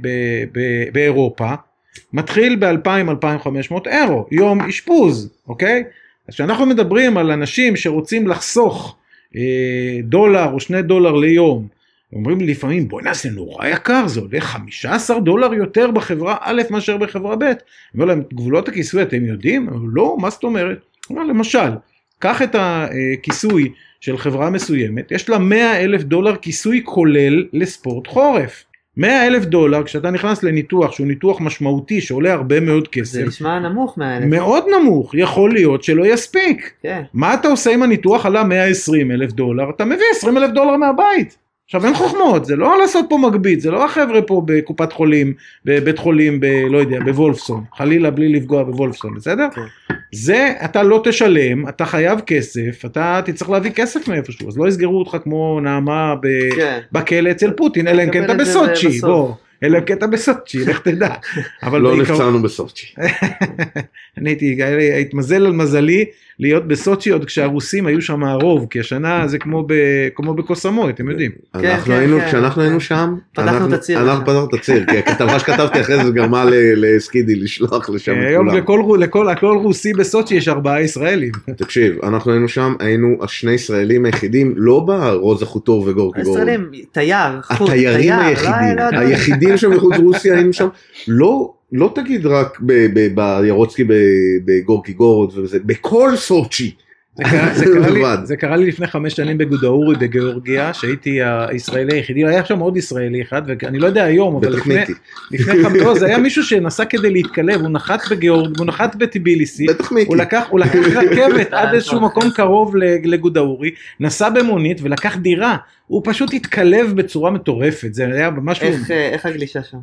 באירופה, מתחיל ב-2,000-2,500 אירו, יום אשפוז, אוקיי? אז כשאנחנו מדברים על אנשים שרוצים לחסוך דולר או $2 ליום, אומרים לי לפעמים, בואי נעשה נורא יקר, זה עולה $15 יותר בחברה א' מאשר בחברה ב'. אני אומר להם, גבולות הכיסוי אתם יודעים? לא, מה זאת אומרת? אומר, למשל, קח את הכיסוי של חברה מסוימת, יש לה $100,000 כיסוי כולל לספורט חורף. $100,000, כשאתה נכנס לניתוח, שהוא ניתוח משמעותי, שעולה הרבה מאוד כסף. זה נשמע נמוך $100,000. מאוד נמוך, יכול להיות שלא יספיק. כן. מה אתה עושה אם הניתוח עלה $120,000? אתה מביא $20,000 מהבית. עכשיו אין חוכמות, זה לא לעשות פה מגבית, זה לא החבר'ה פה בקופת חולים, בבית חולים, לא יודע, בוולפסון, חלילה בלי לפגוע בוולפסון, בסדר? כן. זה אתה לא תשלם, אתה חייב כסף, אתה תצטרך להביא כסף מאיפשהו, אז לא יסגרו אותך כמו נעמה בכלא אצל פוטין, אלא אם כן אתה בסוצ'י, בוא. אלא קטע בסוצ'י, לך תדע. לא נפצענו בסוצ'י. אני התמזל על מזלי להיות בסוצ'י עוד כשהרוסים היו שם הרוב, כי השנה זה כמו בקוסמו, אתם יודעים. כשאנחנו היינו שם, פתחנו את הציר. אנחנו פתחנו את הציר, כי הכתבה שכתבתי אחרי זה גרמה לסקידי לשלוח לשם את כולם. לכל רוסי בסוצ'י יש 4 ישראלים. תקשיב, אנחנו היינו שם, היינו 2 ישראלים היחידים, לא ברוזה חוטור וגורקי גורן. ישראלים, תייר, התיירים היחידים שם מחוץ רוסיה, היינו שם, לא תגיד רק בירוצקי בגורקי גורד וזה, בכל סוצ'י. זה קרה לי לפני 5 שנים בגודאורי בגיאורגיה, שהייתי הישראלי היחידי, היה שם עוד ישראלי אחד, ואני לא יודע היום, אבל לפני 5, זה היה מישהו שנסע כדי להתקלב, הוא נחת בגיאורגיה, הוא נחת בטיביליסי, הוא לקח רכבת עד איזשהו מקום קרוב לגודאורי, נסע במונית ולקח דירה, הוא פשוט התקלב בצורה מטורפת, זה היה משהו... איך הגלישה שם?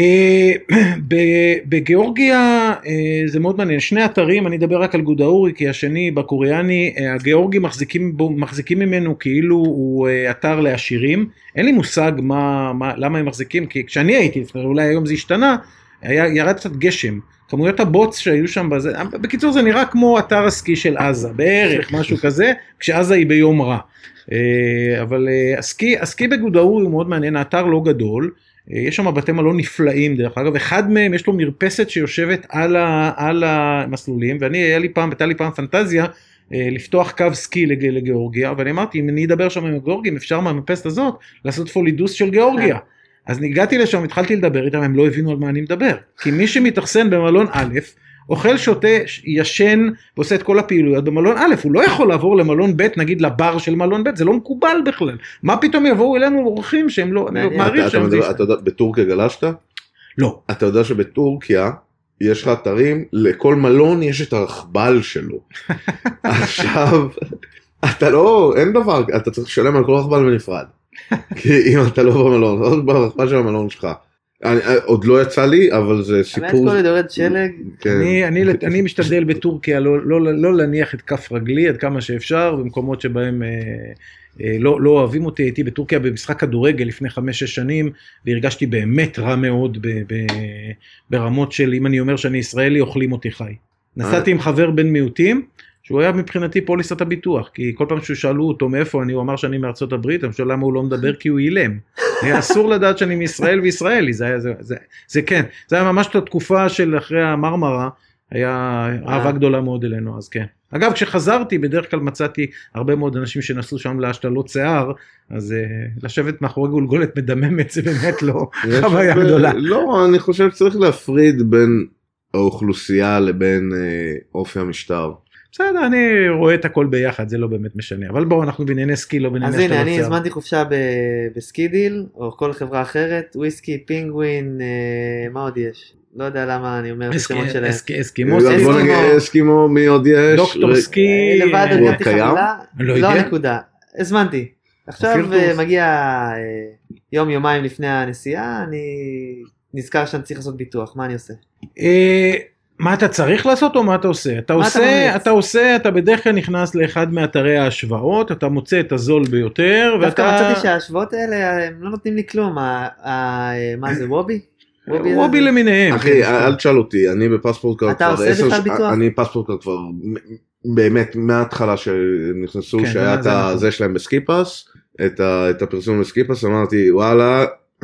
בגיאורגיה זה מאוד מעניין, 2 אתרים, אני אדבר רק על גודאורי, כי השני בקוריאני, הגיאורגים מחזיקים ממנו כאילו הוא אתר לעשירים, אין לי מושג למה הם מחזיקים, כי כשאני הייתי, אולי היום זה השתנה, ירד קצת גשם, כמויות הבוץ שהיו שם בזה, בקיצור זה נראה כמו אתר הסקי של עזה, בערך משהו כזה, כשעזה היא ביום רע. אבל הסקי בגודאורי הוא מאוד מעניין, האתר לא גדול, יש שם בתי מלון נפלאים דרך אגב, אחד מהם יש לו מרפסת שיושבת על המסלולים, הייתה לי פעם פנטזיה לפתוח קו סקי לגיאורגיה, ואני אמרתי אם אני אדבר שם עם הגיאורגים, אפשר מהמרפסת הזאת לעשות פולידוס של גיאורגיה. אז הגעתי לשם, התחלתי לדבר איתם, הם לא הבינו על מה אני מדבר, כי מי שמתאכסן במלון א', אוכל, שותה, ישן, ועושה את כל הפעילויות במלון א', הוא לא יכול לעבור למלון ב', נגיד לבר של מלון ב', זה לא מקובל בכלל. מה פתאום יבואו אלינו אורחים שהם לא, אני מעריך שהם זה... אתה יודע, בטורקיה גלשת? לא. אתה יודע שבטורקיה יש לך אתרים, לכל מלון יש את הרכבל שלו. עכשיו, אתה לא, אין דבר, אתה צריך לשלם על כל רכבל בנפרד. כי אם אתה לא במלון, אתה לא ברכבל של המלון שלך. עוד לא יצא לי, אבל זה סיפור... באמת כל יורד שלג. אני משתדל בטורקיה לא להניח את כף רגלי עד כמה שאפשר, במקומות שבהם לא אוהבים אותי. הייתי בטורקיה במשחק כדורגל לפני 5-6 שנים, והרגשתי באמת רע מאוד ברמות של, אם אני אומר שאני ישראלי, אוכלים אותי חי. נסעתי עם חבר בן מיעוטים, שהוא היה מבחינתי פוליסת הביטוח, כי כל פעם ששאלו אותו מאיפה הוא אמר שאני מארצות הברית, אני חושב למה הוא לא מדבר, כי הוא אילם. היה אסור לדעת שאני מישראל וישראלי, זה כן, זה היה ממש התקופה של אחרי המרמרה, היה אהבה גדולה מאוד אלינו, אז כן. אגב, כשחזרתי, בדרך כלל מצאתי הרבה מאוד אנשים שנסעו שם להשתלות שיער, אז לשבת מאחורי גולגולת מדממת, זה באמת לא חוויה גדולה. לא, אני חושב שצריך להפריד בין האוכלוסייה לבין אופי המשטר. בסדר, אני רואה את הכל ביחד, זה לא באמת משנה, אבל בואו, אנחנו בענייני סקי, לא בענייני השתלות שיער. אז הנה, אני הזמנתי חופשה בסקידיל, או כל חברה אחרת, וויסקי, פינגווין, מה עוד יש? לא יודע למה אני אומר את השמות שלהם. אסקימו, מי עוד יש? דוקטור סקי, לבד הגעתי חבילה, לא נקודה, הזמנתי. עכשיו מגיע יום-יומיים לפני הנסיעה, אני נזכר שאני צריך לעשות ביטוח, מה אני עושה? מה אתה צריך לעשות או מה אתה עושה? אתה בדרך כלל נכנס לאחד מאתרי ההשוואות, אתה מוצא את הזול ביותר, דווקא מצאתי שההשוואות האלה הם לא נותנים לי כלום, מה זה וובי? וובי למיניהם. אחי, אל תשאל אותי, אני בפספורט קארד אתה עושה בכלל ביטוח? אני פספורט קארד כבר באמת מההתחלה שנכנסו, שהיה את זה שלהם בסקיפס, את הפרסום בסקיפס, אמרתי וואלה,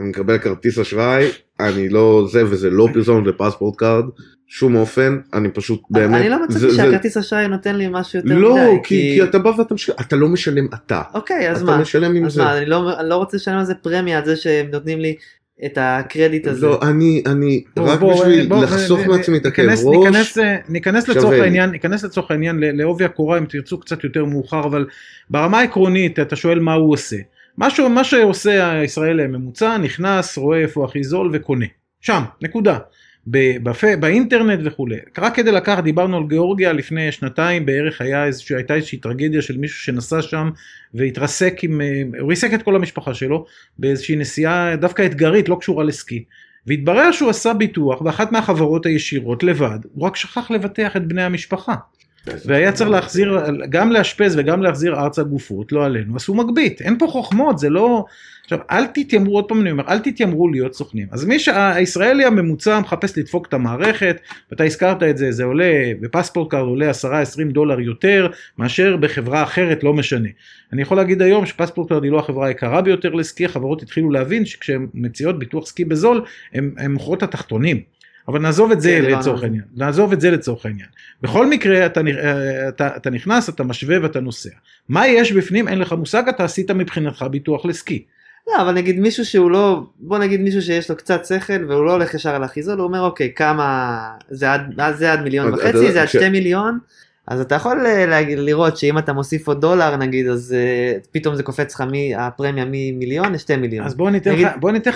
אני מקבל כרטיס אשראי, אני לא זה וזה לא פרסומת לפספורט קארד, שום אופן, אני פשוט באמת... אני לא מצאתי שהכרטיס אשראי נותן לי משהו יותר לא, מדי. כי אתה בא ואתה משלם, אתה לא משלם אתה. אוקיי, אז אתה מה? משלם עם זה. אני לא רוצה לשלם על זה פרמיה, על זה שהם נותנים לי את הקרדיט הזה. לא, אני רק בשביל לחסוך מעצמי את הכאב ראש. ניכנס לצורך העניין לעובי הקורה, אם תרצו קצת יותר מאוחר, אבל ברמה העקרונית, אתה שואל מה הוא עושה. מה שעושה הישראלי הממוצע, נכנס, רואה איפה הכי זול וקונה. שם, נקודה. באינטרנט וכו'. רק כדי לקחת, דיברנו על גיאורגיה לפני שנתיים, בערך הייתה איזושהי טרגדיה של מישהו שנסע שם, והתרסק הוא ריסק את כל המשפחה שלו, באיזושהי נסיעה דווקא אתגרית, לא קשורה לסקי. והתברר שהוא עשה ביטוח, באחת מהחברות הישירות לבד, הוא רק שכח לבטח את בני המשפחה. והיה צריך להחזיר, גם להשפז וגם להחזיר ארצה גופות, לא עלינו, אז הוא מגבית, אין פה חוכמות, זה לא, עכשיו, אל תתיימרו, עוד פעם אני אומר, אל תתיימרו להיות סוכנים, אז הישראלי הממוצע מחפש לדפוק את המערכת, ואתה הזכרת את זה, זה עולה, בפספורט קארד עולה $10-20 יותר, מאשר בחברה אחרת, לא משנה. אני יכול להגיד היום שפספורט קארד היא לא החברה היקרה ביותר לסקי, החברות התחילו להבין שכשהן מציעות ביטוח סקי בזול, הן מוכרות התחתונים. אבל נעזוב את זה לצורך העניין. בכל מקרה, אתה נכנס, אתה משווה ואתה נוסע. מה יש בפנים? אין לך מושג, אתה עשית מבחינתך ביטוח לסקי. לא, אבל נגיד מישהו שהוא לא, בוא נגיד מישהו שיש לו קצת שכל, והוא לא הולך ישר על החיזול, הוא אומר, אוקיי, כמה, זה עד 1.5 מיליון, זה עד 2 מיליון, אז אתה יכול לראות שאם אתה מוסיף עוד דולר, נגיד, אז פתאום זה קופץ לך הפרמיה ממיליון ל2 מיליון. אז בוא ניתן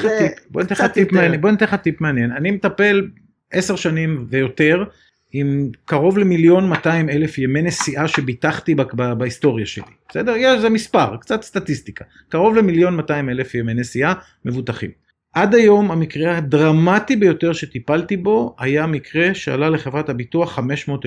לך טיפ מעניין. אני מטפל 10 שנים ויותר, עם קרוב ל1,200,000 ימי נסיעה שביטחתי בהיסטוריה שלי. בסדר? זה מספר, קצת סטטיסטיקה. קרוב ל1,200,000 ימי נסיעה מבוטחים. עד היום המקרה הדרמטי ביותר שטיפלתי בו, היה מקרה שעלה לחברת הביטוח $500,000.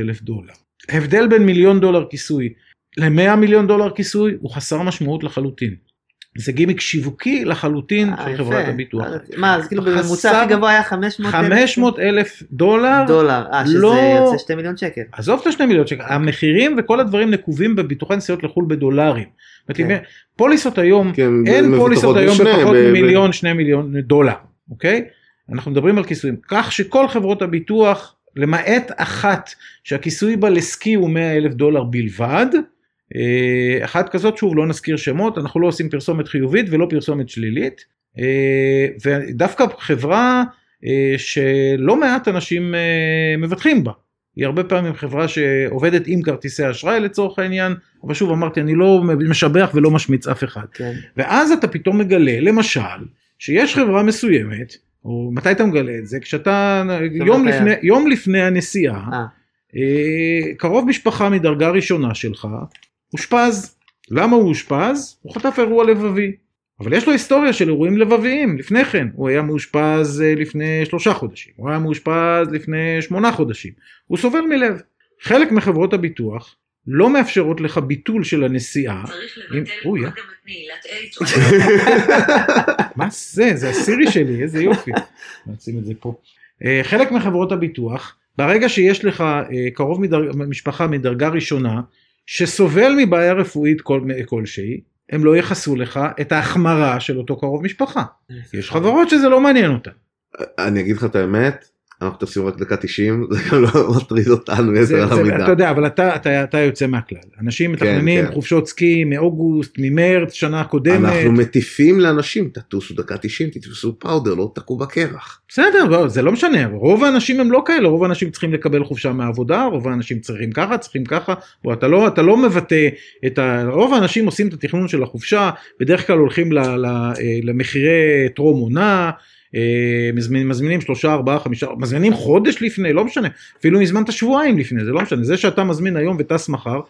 הבדל בין $1,000,000 כיסוי ל$100 מיליון כיסוי, הוא חסר משמעות לחלוטין. זה גימיק שיווקי לחלוטין של חברת הביטוח. מה, אז כאילו בממוצע הכי גבוה היה $500,000? דולר, שזה יוצא 2 מיליון שקל. עזוב את 2 מיליון שקל, המחירים וכל הדברים נקובים בביטוחי נסיעות לחול בדולרים. פוליסות היום, אין פוליסות היום בפחות מ1,000,000, 2 מיליון דולר, אוקיי? אנחנו מדברים על כיסויים, כך שכל חברות הביטוח, למעט אחת שהכיסוי בה לסקי הוא $100,000 בלבד, אחת כזאת, שוב, לא נזכיר שמות, אנחנו לא עושים פרסומת חיובית ולא פרסומת שלילית, ודווקא חברה שלא מעט אנשים מבטחים בה, היא הרבה פעמים חברה שעובדת עם כרטיסי אשראי לצורך העניין, אבל שוב אמרתי, אני לא משבח ולא משמיץ אף אחד, כן. ואז אתה פתאום מגלה, למשל, שיש חברה מסוימת, או מתי אתה מגלה את זה, כשאתה יום לפני הנסיעה, קרוב משפחה מדרגה ראשונה שלך, אושפז. למה הוא אושפז? הוא חטף אירוע לבבי. אבל יש לו היסטוריה של אירועים לבביים. לפני כן, הוא היה מאושפז לפני 3 חודשים. הוא היה מאושפז לפני 8 חודשים. הוא סובל מלב. חלק מחברות הביטוח לא מאפשרות לך ביטול של הנסיעה. צריך לבטל קודם את נעילת מה זה? זה הסירי שלי, איזה יופי. נשים את זה פה. חלק מחברות הביטוח, ברגע שיש לך קרוב משפחה מדרגה ראשונה, שסובל מבעיה רפואית כלשהי, הם לא יחסו לך את ההחמרה של אותו קרוב משפחה. יש חברות שזה לא מעניין אותה. אני אגיד לך את האמת, אנחנו תפסים רק דקה 90, זה גם לא מטריד אותנו יתר על המידה. אתה יודע, אבל אתה יוצא מהכלל. אנשים מתכננים חופשות סקי מאוגוסט, ממרץ, שנה קודמת. אנחנו מטיפים לאנשים, תטוסו דקה 90, תתפסו פאודר, לא תקעו בקרח. בסדר, זה לא משנה, רוב האנשים הם לא כאלה, רוב האנשים צריכים לקבל חופשה מהעבודה, רוב האנשים צריכים ככה, אתה לא מבטא רוב האנשים עושים את התכנון של החופשה, בדרך כלל הולכים למחירי טרום עונה, מזמינים 3, 4, 5, מזמינים חודש לפני, לא משנה, אפילו מזמנת שבועיים לפני, זה לא משנה, זה שאתה מזמין היום וטס מחר,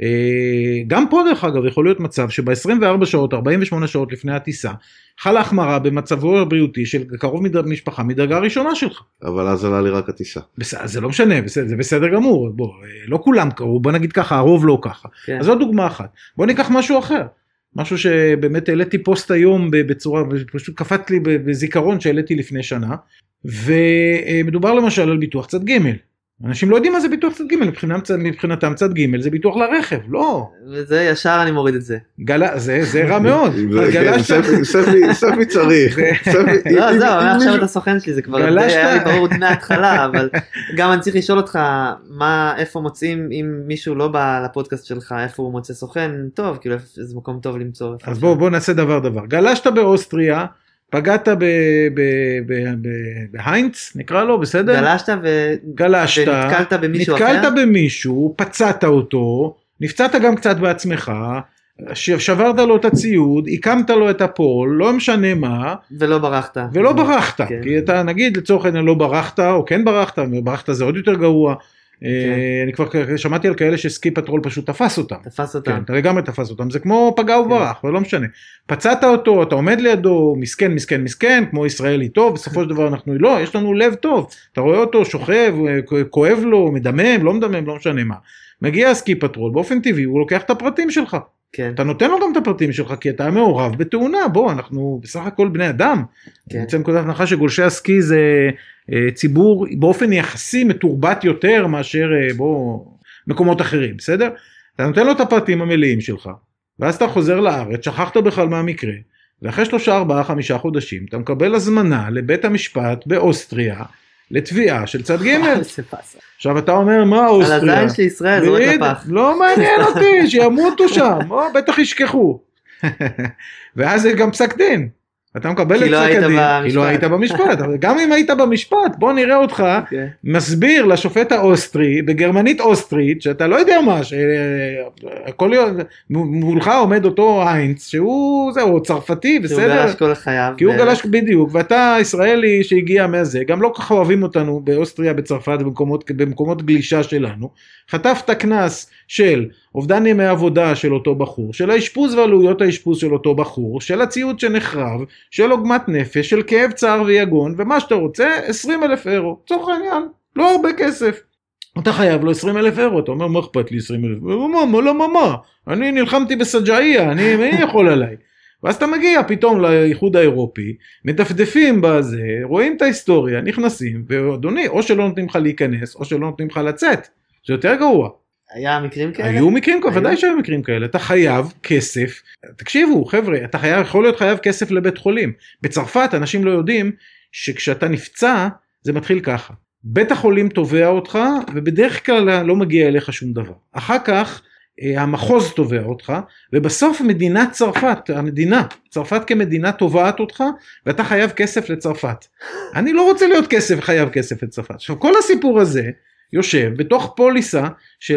גם פה דרך אגב יכול להיות מצב שב-24 שעות, 48 שעות לפני הטיסה, חלה החמרה במצבו הבריאותי של קרוב משפחה מדרגה ראשונה שלך. אבל אז עלה לי רק הטיסה. זה לא משנה, זה בסדר גמור, לא כולם קראו, בוא נגיד ככה, הרוב לא ככה, אז זו דוגמה אחת, בוא ניקח משהו אחר. משהו שבאמת העליתי פוסט היום בצורה, פשוט קפט לי בזיכרון שהעליתי לפני שנה, ומדובר למשל על ביטוח צד ג'. אנשים לא יודעים מה זה ביטוח צד ג', מבחינתם צד ג' זה ביטוח לרכב, לא. וזה ישר אני מוריד את זה. זה רע מאוד. ספי צריך. לא, זהו, עכשיו אתה סוכן שלי, זה כבר היה לי ברור מההתחלה, אבל גם אני צריך לשאול אותך, איפה מוצאים, אם מישהו לא בא לפודקאסט שלך, איפה הוא מוצא סוכן טוב, כאילו איזה מקום טוב למצוא. אז בוא נעשה דבר. גלשת באוסטריה, פגעת בהיינץ, נקרא לו, בסדר? גלשת ונתקלת במישהו אחר? נתקלת במישהו, פצעת אותו, נפצעת גם קצת בעצמך, שברת לו את הציוד, הקמת לו את הפול, לא משנה מה. ולא ברחת. כן. כי אתה נגיד לצורך העניין לא ברחת, או כן ברחת זה עוד יותר גרוע. אני כבר שמעתי על כאלה שסקי פטרול פשוט תפס אותם. כן, אתה לגמרי תפס אותם, זה כמו פגע וברח, אבל לא משנה. פצעת אותו, אתה עומד לידו, מסכן, כמו ישראלי טוב, בסופו של דבר אנחנו לא, יש לנו לב טוב, אתה רואה אותו, שוכב, כואב לו, מדמם, לא מדמם, לא משנה מה. מגיע הסקי פטרול, באופן טבעי, הוא לוקח את הפרטים שלך. כן. אתה נותן לו גם את הפרטים שלך, כי אתה מעורב בתאונה, בוא, אנחנו בסך הכל בני אדם. כן. בעצם נקודת הנחה שגולשי הסקי זה ציבור באופן יחסי מתורבת יותר מאשר מקומות אחרים, בסדר? אתה נותן לו את הפרטים המלאים שלך, ואז אתה חוזר לארץ, שכחת בכלל מהמקרה, ואחרי 3, 4, 5 חודשים, אתה מקבל הזמנה לבית המשפט באוסטריה, לתביעה של צד ג'. עכשיו אתה אומר מה אוסטריה? על הזין של ישראל זורק לפח. לא מעניין אותי, שימותו שם, בטח ישכחו. ואז זה גם פסק דין. אתה מקבל את פסק הדין, כי לא היית במשפט. גם אם היית במשפט, בוא נראה אותך מסביר לשופט האוסטרי, בגרמנית אוסטרית, שאתה לא יודע מה, שכל יום מולך עומד אותו היינץ, שהוא זהו, צרפתי, בסדר? כי הוא גלש כל חייו. כי הוא גלש בדיוק, ואתה ישראלי שהגיע מהזה, גם לא ככה אוהבים אותנו באוסטריה, בצרפת, במקומות גלישה שלנו, חטפת כנס של אובדן ימי עבודה של אותו בחור, של האשפוז ועלויות האשפוז של אותו בחור, של הציוד שנחרב, של עוגמת נפש, של כאב צער ויגון, ומה שאתה רוצה, 20,000 אירו. צורך העניין, לא הרבה כסף. אתה חייב לו 20,000 אירו, אתה אומר, מה אכפת לי 20,000? מה? אני נלחמתי בסג'איה, מי יכול עליי? ואז אתה מגיע פתאום לאיחוד האירופי, מדפדפים בזה, רואים את ההיסטוריה, נכנסים, ואדוני, או שלא נותנים לך להיכנס, או שלא נותנים לך לצאת. זה יותר גרוע. היה מקרים כאלה? היו מקרים כאלה, ודאי שהיו מקרים כאלה. אתה חייב כסף, תקשיבו חבר'ה, אתה יכול להיות חייב כסף לבית חולים. בצרפת אנשים לא יודעים שכשאתה נפצע, זה מתחיל ככה. בית החולים תובע אותך, ובדרך כלל לא מגיע אליך שום דבר. אחר כך, המחוז תובע אותך, ובסוף מדינת צרפת כמדינה תובעת אותך, ואתה חייב כסף לצרפת. אני לא רוצה להיות חייב כסף לצרפת. עכשיו, כל הסיפור הזה, יושב בתוך פוליסה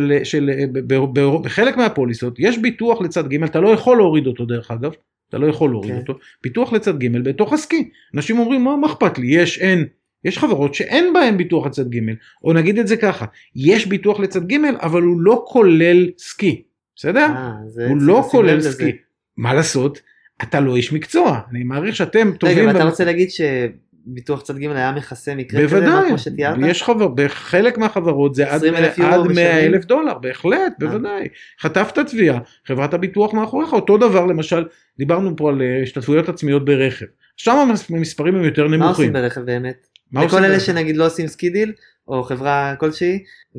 בחלק מהפוליסות, יש ביטוח לצד ג', אתה לא יכול להוריד אותו דרך אגב, ביטוח לצד ג' בתוך הסקי. אנשים אומרים, מה אכפת לי? יש חברות שאין בהן ביטוח לצד ג', או נגיד את זה ככה, יש ביטוח לצד ג', אבל הוא לא כולל סקי, בסדר? הוא לא כולל סקי. מה לעשות? אתה לא איש מקצוע, אני מעריך שאתם טובים. רגע, אתה רוצה להגיד ביטוח צד ג' היה מכסה מקרה כזה, כמו שתיארת? יש בחלק מהחברות זה עד 100,000 דולר, בהחלט, בוודאי. חטפת תביעה, חברת הביטוח מאחוריך, אותו דבר למשל, דיברנו פה על השתתפויות עצמיות ברכב. שם המספרים הם יותר נמוכים. מה עושים ברכב באמת? לכל אלה שנגיד לא עושים סקי דיל, או חברה כלשהי,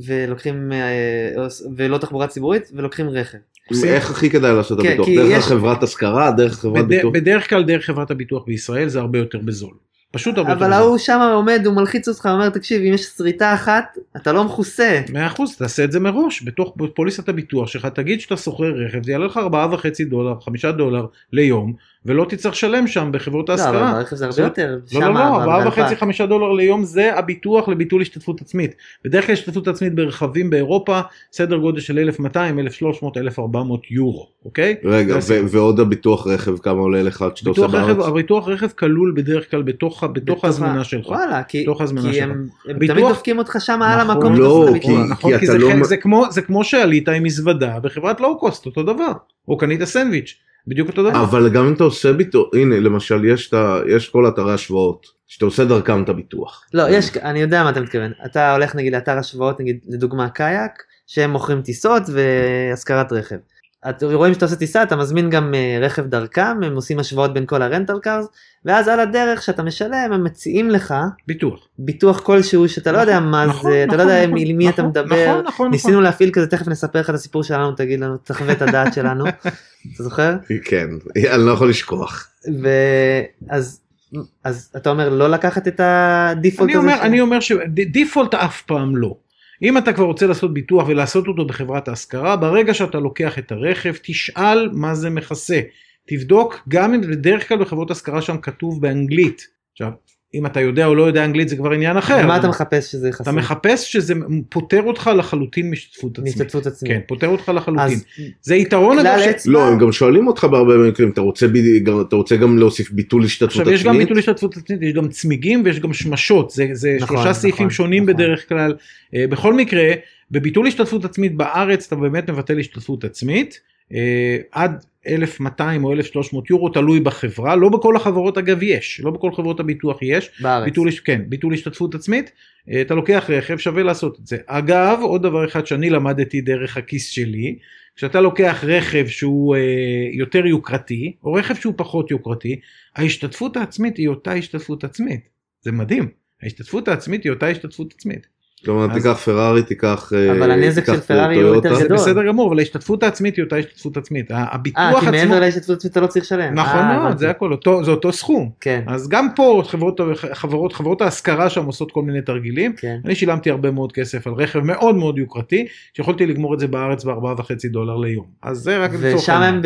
ולא תחבורה ציבורית, ולוקחים רכב. איך הכי כדאי לעשות את הביטוח? דרך חברת השכרה, דרך חברת ביטוח? בדרך כלל דרך חברת הביטוח בישראל זה הרבה יותר בזול. פשוט הרבה יותר. אבל הוא שם עומד, הוא מלחיץ אותך, אומר, תקשיב, אם יש שריטה אחת, אתה לא מכוסה. 100%, תעשה את זה מראש, בתוך פוליסת הביטוח שלך, תגיד שאתה שוכר רכב, זה יעלה לך $4.5, $5 ליום, ולא תצטרך שלם שם בחברות ההשכרה. לא, אבל ברכב זה הרבה יותר. לא, $4.5, $5 ליום זה הביטוח לביטול השתתפות עצמית. בדרך כלל השתתפות עצמית ברכבים באירופה, סדר גודל של 1,200, 1,300, 1,400 יורו, אוקיי? רגע, ועוד הביטוח רכב, כמה עולה לך שאתה עושה בארץ? הביטוח רכב כלול בדרך כלל בתוך ההזמנה שלך. וואלה, כי הם תמיד דופקים אותך שם על המקום. נכון, כי זה כמו שעלית עם מזוודה בחברת לואו-קוסט, אותו דבר, או קנית סנדוויץ'. בדיוק אותו דבר. אבל גם אם אתה עושה ביטוח, הנה למשל יש כל אתרי השוואות, שאתה עושה דרכם את הביטוח. לא, אני יודע מה אתה מתכוון, אתה הולך נגיד לאתר השוואות, נגיד לדוגמה קייק, שהם מוכרים טיסות והשכרת רכב. רואים שאתה עושה טיסה, אתה מזמין גם רכב דרכם, הם עושים השוואות בין כל הרנטל קארס, ואז על הדרך שאתה משלם, הם מציעים לך ביטוח כלשהו, שאתה לא יודע מה זה, אתה לא יודע עם מי אתה מדבר, ניסינו להפעיל כזה, תכף נספר לך את הסיפור שלנו, תגיד לנו, תחווה את הדעת שלנו, אתה זוכר? כן, אני לא יכול לשכוח. אז אתה אומר לא לקחת את הדיפולט הזה? אני אומר שדיפולט אף פעם לא. אם אתה כבר רוצה לעשות ביטוח ולעשות אותו בחברת ההשכרה, ברגע שאתה לוקח את הרכב, תשאל מה זה מכסה. תבדוק, גם אם בדרך כלל בחברות השכרה שם כתוב באנגלית. עכשיו, אם אתה יודע או לא יודע אנגלית זה כבר עניין אחר. מה אתה מחפש שזה יחסה? אתה מחפש שזה פותר אותך לחלוטין משתתפות עצמית. משתתפות עצמית. כן, פותר אותך לחלוטין. זה יתרון אגב לא, הם גם שואלים אותך בהרבה מקרים, אתה רוצה גם להוסיף ביטול השתתפות עצמית? עכשיו יש גם ביטול השתתפות עצמית, יש גם צמיגים ויש גם שמשות, זה שלושה סעיפים שונים בדרך כלל. בכל מקרה, בביטול השתתפות עצמית בארץ אתה באמת מבטל השתתפות עצמית, עד 1,200 או 1,300 יורו, תלוי בחברה, לא בכל החברות אגב יש, לא בכל חברות הביטוח יש, ביטול השתתפות עצמית, אתה לוקח רכב, שווה לעשות את זה. אגב, עוד דבר אחד שאני למדתי דרך הכיס שלי, כשאתה לוקח רכב שהוא יותר יוקרתי, או רכב שהוא פחות יוקרתי, ההשתתפות העצמית היא אותה השתתפות עצמית, זה מדהים, ההשתתפות העצמית היא אותה השתתפות עצמית. כלומר, תיקח פרארי, תיקח אבל הנזק של פרארי הוא יותר גדול. זה בסדר גמור, אבל ההשתתפות העצמית היא אותה השתתפות עצמית. כי מעבר להשתתפות עצמית אתה לא צריך לשלם. נכון מאוד, זה הכל, זה אותו סכום. אז גם פה חברות ההשכרה שם עושות כל מיני תרגילים. אני שילמתי הרבה מאוד כסף על רכב מאוד מאוד יוקרתי, שיכולתי לגמור את זה בארץ ב$4.5 ליום. אז זה רק לצורך. ושם הם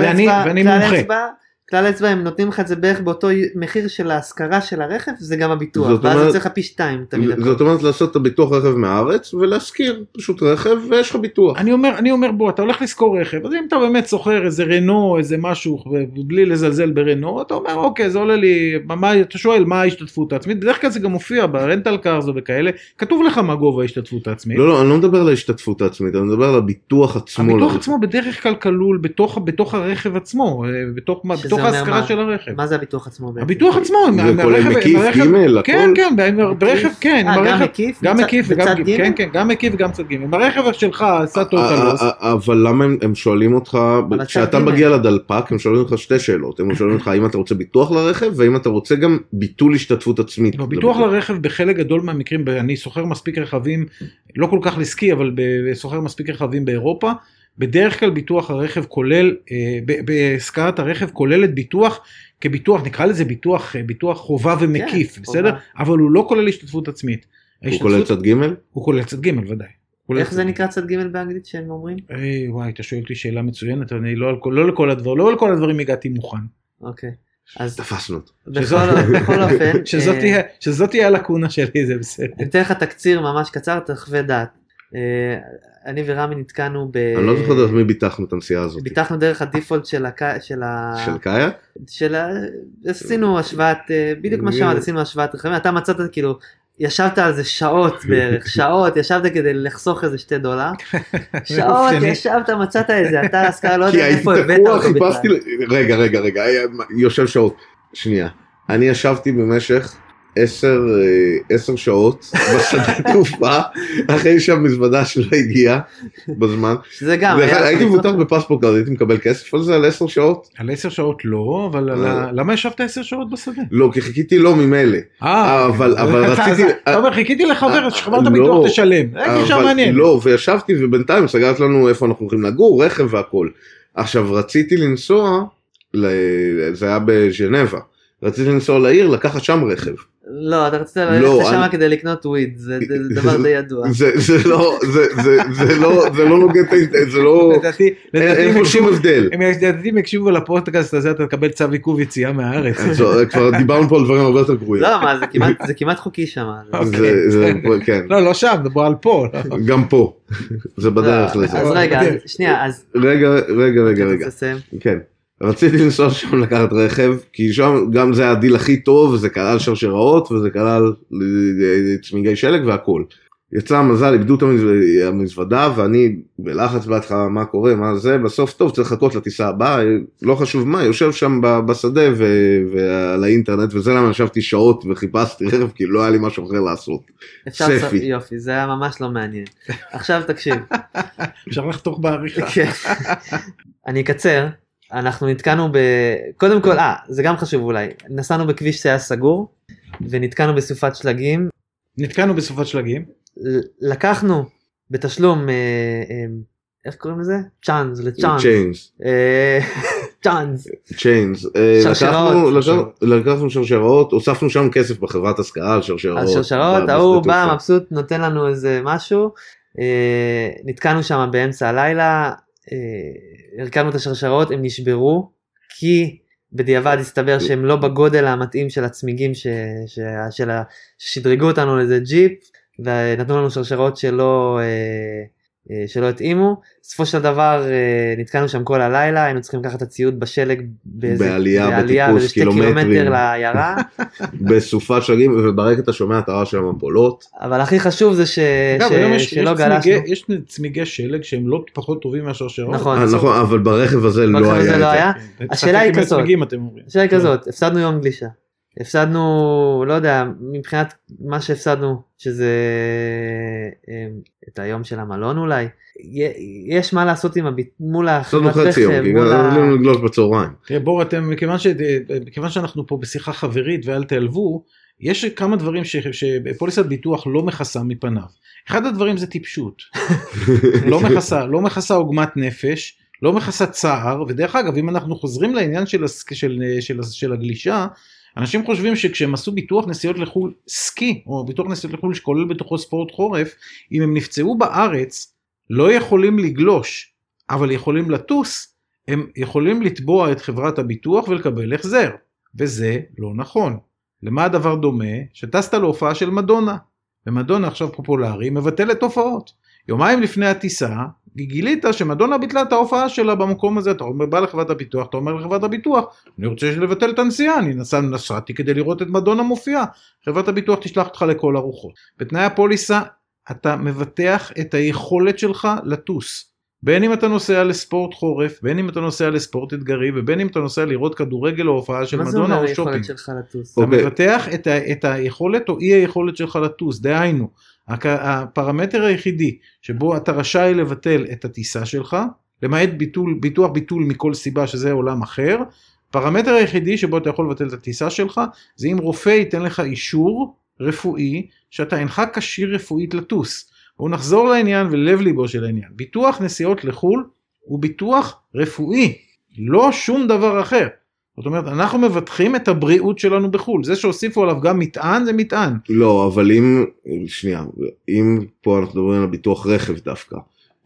כלל אצבע הם נותנים לך את זה בערך באותו מחיר של ההשכרה של הרכב, זה גם הביטוח, ואז זה צריך פי 2 תמיד. זאת אומרת לעשות את הביטוח רכב מהארץ, ולהשכיר פשוט רכב, ויש לך ביטוח. אני אומר בוא, אתה הולך לזכור רכב, אז אם אתה באמת סוחר איזה רנו, איזה משהו, בלי לזלזל ברנו, אתה אומר אוקיי, זה עולה לי, אתה שואל מה ההשתתפות העצמית, בדרך כלל זה גם מופיע ברנטל קארס ובכאלה, כתוב לך מה גובה ההשתתפות העצמית. לא, אני לא מדבר על ההשתתפות העצמית, אני מדבר על הביטוח עצמו. הביטוח עצמו בדרך כלל כלול בתוך הרכב עצמו, בתוך ההשכרה של הרכב. מה זה הביטוח עצמו? הביטוח עצמו, זה כולל מקיף, גימל, הכל? כן, ברכב, כן. גם מקיף? גם מקיף וגם גימל. כן, גם מקיף וגם צד גימל. ברכב שלך עשה טוטלוס. אבל למה הם שואלים אותך, כשאתה מגיע לדלפק, הם שואלים אותך שתי שאלות. הם שואלים אותך האם אתה רוצה ביטוח לרכב, והאם אתה רוצה גם ביטול השתתפות עצמית. ביטוח לרכב בחלק גדול מהמקרים, אני סוחר מספיק רכבים, לא כל כך לעסקי, אבל סוחר מספיק רכבים באירופה, בדרך כלל ביטוח הרכב כולל, בהשכרת הרכב כוללת ביטוח, כביטוח, נקרא לזה ביטוח חובה ומקיף, בסדר? אבל הוא לא כולל השתתפות עצמית. הוא כולל צד גימל? הוא כולל צד גימל, ודאי. איך זה נקרא צד גימל באנגלית שהם אומרים? וואי, אתה שואל אותי שאלה מצוינת, אני לא לכל הדברים הגעתי מוכן. אוקיי. אז תפסנו. בכל אופן. שזאת תהיה הלקונה שלי, זה בסדר. אני אתן לך תקציר ממש קצר, תחווה דעת. אני ורמי נתקענו אני לא זוכר דרך מי ביטחנו את הנסיעה הזאת. ביטחנו דרך הדיפולט של קאיה? עשינו השוואת, בדיוק מה שאמרת, עשינו השוואת רכבים, אתה מצאת כאילו, ישבת על זה שעות בערך, שעות, ישבת כדי לחסוך איזה $2, שעות, ישבת, מצאת איזה, אתה השכרה, לא יודע איפה הבאת אותו בכלל. רגע, יושב שעות, שנייה, אני ישבתי במשך 10 שעות בשדה תעופה, אחרי שהמזוודה שלו הגיעה בזמן. שזה גם. הייתי מבוטח בפספורט, הייתי מקבל כסף על זה על 10 שעות? על 10 שעות לא, אבל למה ישבת 10 שעות בשדה? לא, כי חיכיתי לו ממילא. אבל רציתי... אתה אומר, חיכיתי לחבר, שחברת הביטוח תשלם. זה מעניין. לא, וישבתי ובינתיים סגרת לנו איפה אנחנו הולכים לגור, רכב והכל. עכשיו, רציתי לנסוע, זה היה בז'נבה, רציתי לנסוע לעיר, לקחת שם רכב. לא, אתה רצית ללכת שם כדי לקנות וויד, זה דבר די ידוע. זה לא נוגע, זה לא, אין פה שום הבדל. אם יקשיבו לפודקאסט הזה, אתה תקבל צו עיכוב יציאה מהארץ. כבר דיברנו פה על דברים הרבה יותר גרועים. לא, מה, זה כמעט חוקי שם. לא שם, דבור על פה. גם פה, זה בדרך לזה. אז רגע, שנייה, אז... רגע. כן. רציתי לנסוע שם לקחת רכב, כי שם גם זה הדיל הכי טוב, זה כלל שרשראות, וזה כלל צמיגי שלג והכל. יצא המזל, איבדו את המזוודה, ואני בלחץ בהתחלה, מה קורה, מה זה, בסוף טוב, צריך לחכות לטיסה הבאה, לא חשוב מה, יושב שם בשדה ועל האינטרנט, וזה למה ישבתי שעות וחיפשתי רכב, כי לא היה לי משהו אחר לעשות. ספי. יופי, זה היה ממש לא מעניין. עכשיו תקשיב. אפשר לחתוך בעריכה. אני אקצר, אנחנו נתקענו קודם כל, זה גם חשוב אולי, נסענו בכביש שהיה סגור, ונתקענו בסופת שלגים. נתקענו בסופת שלגים. לקחנו בתשלום, איך קוראים לזה? צ'אנס, לצ'אנס. צ'אנס. צ'יינס. לקחנו שרשרות, הוספנו שם כסף בחברת השכרה על שרשרות. על שרשרות, ההוא בא מבסוט, נותן לנו איזה משהו, נתקענו שם באמצע הלילה, הרכבנו את השרשרות, הם נשברו, כי בדיעבד הסתבר שהם לא בגודל המתאים של הצמיגים ששדרגו אותנו לאיזה ג'יפ, ונתנו לנו שרשרות שלא התאימו. בסופו של דבר נתקענו שם כל הלילה, היינו צריכים לקחת את הציוד בשלג בעלייה בטיפוס קילומטר לעיירה. בסופת שלגים, וברקע אתה שומע את הרעש של המפולות. אבל הכי חשוב זה שלא גלשנו. יש צמיגי שלג שהם לא פחות טובים מהשרשרות. נכון, אבל ברכב הזה לא היה את זה. השאלה היא כזאת, הפסדנו יום גלישה. הפסדנו, לא יודע, מבחינת מה שהפסדנו, שזה את היום של המלון אולי, יש מה לעשות מול החברת רכב. הפסדנו חצי יום, כי עלינו לגלוש בצהריים. בואו, מכיוון שאנחנו פה בשיחה חברית ואל תעלבו, יש כמה דברים שפוליסת ביטוח לא מכסה מפניו. אחד הדברים זה טיפשות. לא מכסה עוגמת נפש, לא מכסה צער, ודרך אגב, אם אנחנו חוזרים לעניין של הגלישה, אנשים חושבים שכשהם עשו ביטוח נסיעות לחול סקי, או ביטוח נסיעות לחול שכולל בתוכו ספורט חורף, אם הם נפצעו בארץ, לא יכולים לגלוש, אבל יכולים לטוס, הם יכולים לתבוע את חברת הביטוח ולקבל החזר, וזה לא נכון. למה הדבר דומה? שטסת להופעה של מדונה, ומדונה עכשיו פופולרי, מבטלת הופעות. יומיים לפני הטיסה, גילית שמדונה ביטלה את ההופעה שלה במקום הזה, אתה בא לחברת הביטוח, אתה אומר לחברת הביטוח, אני רוצה לבטל את הנסיעה, אני נסעתי כדי לראות את מדונה מופיעה, חברת הביטוח תשלח אותך לכל הרוחות. בתנאי הפוליסה, אתה מבטח את היכולת שלך לטוס, בין אם אתה נוסע לספורט חורף, בין אם אתה נוסע לספורט אתגרי, ובין אם אתה נוסע לראות כדורגל או הופעה של מדונה או שופינג. אתה מבטח את היכולת או אי היכולת שלך לטוס, דהיינו, הפרמטר היחידי שבו אתה רשאי לבטל את הטיסה שלך, למעט ביטוח ביטול מכל סיבה שזה עולם אחר, פרמטר היחידי שבו אתה יכול לבטל את הטיסה שלך, זה אם רופא ייתן לך אישור רפואי, שאתה אינך כשיר רפואית לטוס. בואו נחזור לעניין ולב ליבו של העניין. ביטוח נסיעות לחול הוא ביטוח רפואי, לא שום דבר אחר. זאת אומרת, אנחנו מבטחים את הבריאות שלנו בחול. זה שהוסיפו עליו גם מטען, זה מטען. לא, אבל אם פה אנחנו מדברים על ביטוח רכב דווקא,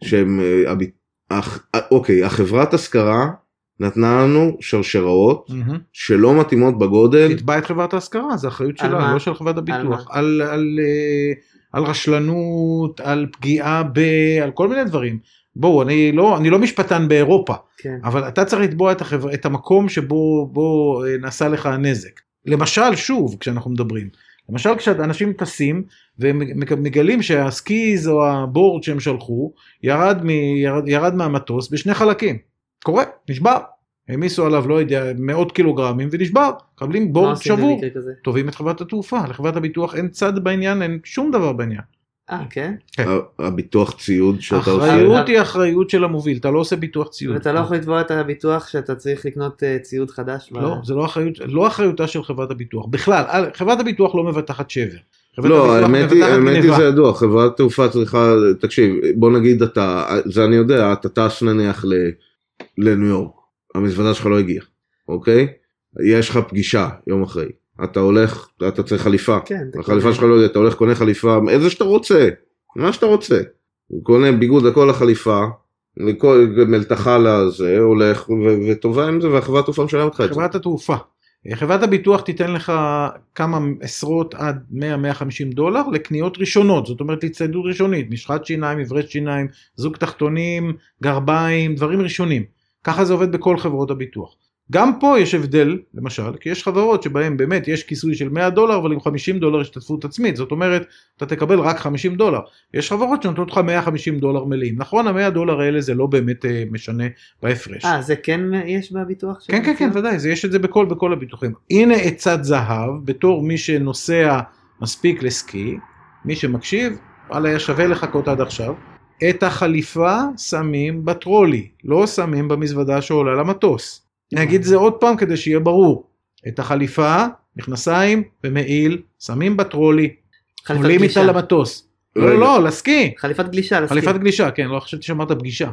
אוקיי, החברת השכרה נתנה לנו שרשראות שלא מתאימות בגודל. תתבע את חברת ההשכרה, זה אחריות שלה, לא של חברת הביטוח. על רשלנות, על פגיעה על כל מיני דברים. בואו, אני לא משפטן באירופה, כן. אבל אתה צריך לתבוע את המקום שבו נעשה לך הנזק. למשל, שוב, כשאנחנו מדברים, למשל כשאנשים טסים ומגלים שהסקיז או הבורד שהם שלחו ירד מהמטוס בשני חלקים. קורה, נשבר. העמיסו עליו, לא יודע, 100 קילוגרמים ונשבר. קבלים בורד שבור. טובים את חברת התעופה. לחברת הביטוח אין צד בעניין, אין שום דבר בעניין. כן? הביטוח ציוד שאתה עושה. האחריות היא אחריות של המוביל, אתה לא עושה ביטוח ציוד. ואתה לא יכול לתבוע את הביטוח שאתה צריך לקנות ציוד חדש? לא, זה לא אחריותה של חברת הביטוח. בכלל, חברת הביטוח לא מבטחת שבר. לא, האמת היא זה ידוע, חברת תעופה צריכה, תקשיב, בוא נגיד זה אני יודע, אתה טס נניח לניו יורק, המזוודה שלך לא הגיעה, אוקיי? יש לך פגישה יום אחרי. אתה הולך, אתה צריך חליפה, החליפה שלך לא יודע, אתה הולך קונה חליפה, איזה שאתה רוצה, מה שאתה רוצה, קונה ביגוד לכל החליפה, מלתחה לזה, הולך וטובה עם זה, והחברת תעופה משלם אותך את זה. חברת התעופה, חברת הביטוח תיתן לך כמה עשרות עד $100-150 לקניות ראשונות, זאת אומרת להצטיידות ראשונית, משחת שיניים, מברשת שיניים, זוג תחתונים, גרביים, דברים ראשונים, ככה זה עובד בכל חברות הביטוח. גם פה יש הבדל, למשל, כי יש חברות שבהן באמת יש כיסוי של $100, אבל עם $50 השתתפות עצמית, זאת אומרת, אתה תקבל רק $50. יש חברות שנותנות לך $150 מלאים. נכון, $100 האלה זה לא באמת משנה בהפרש. זה כן יש בביטוח? כן, ודאי, יש את זה בכל הביטוחים. הנה עצת זהב, בתור מי שנוסע מספיק לסקי, מי שמקשיב, וואלה, היה שווה לחכות עד עכשיו. את החליפה שמים בטרולי, לא שמים במזוודה שעולה למטוס. אני אגיד זה עוד פעם כדי שיהיה ברור. את החליפה, מכנסיים ומעיל, שמים בטרולי, עולים איתה למטוס. לא, לסקי. חליפת גלישה, חליפת גלישה, כן, לא חשבתי שאמרת פגישה.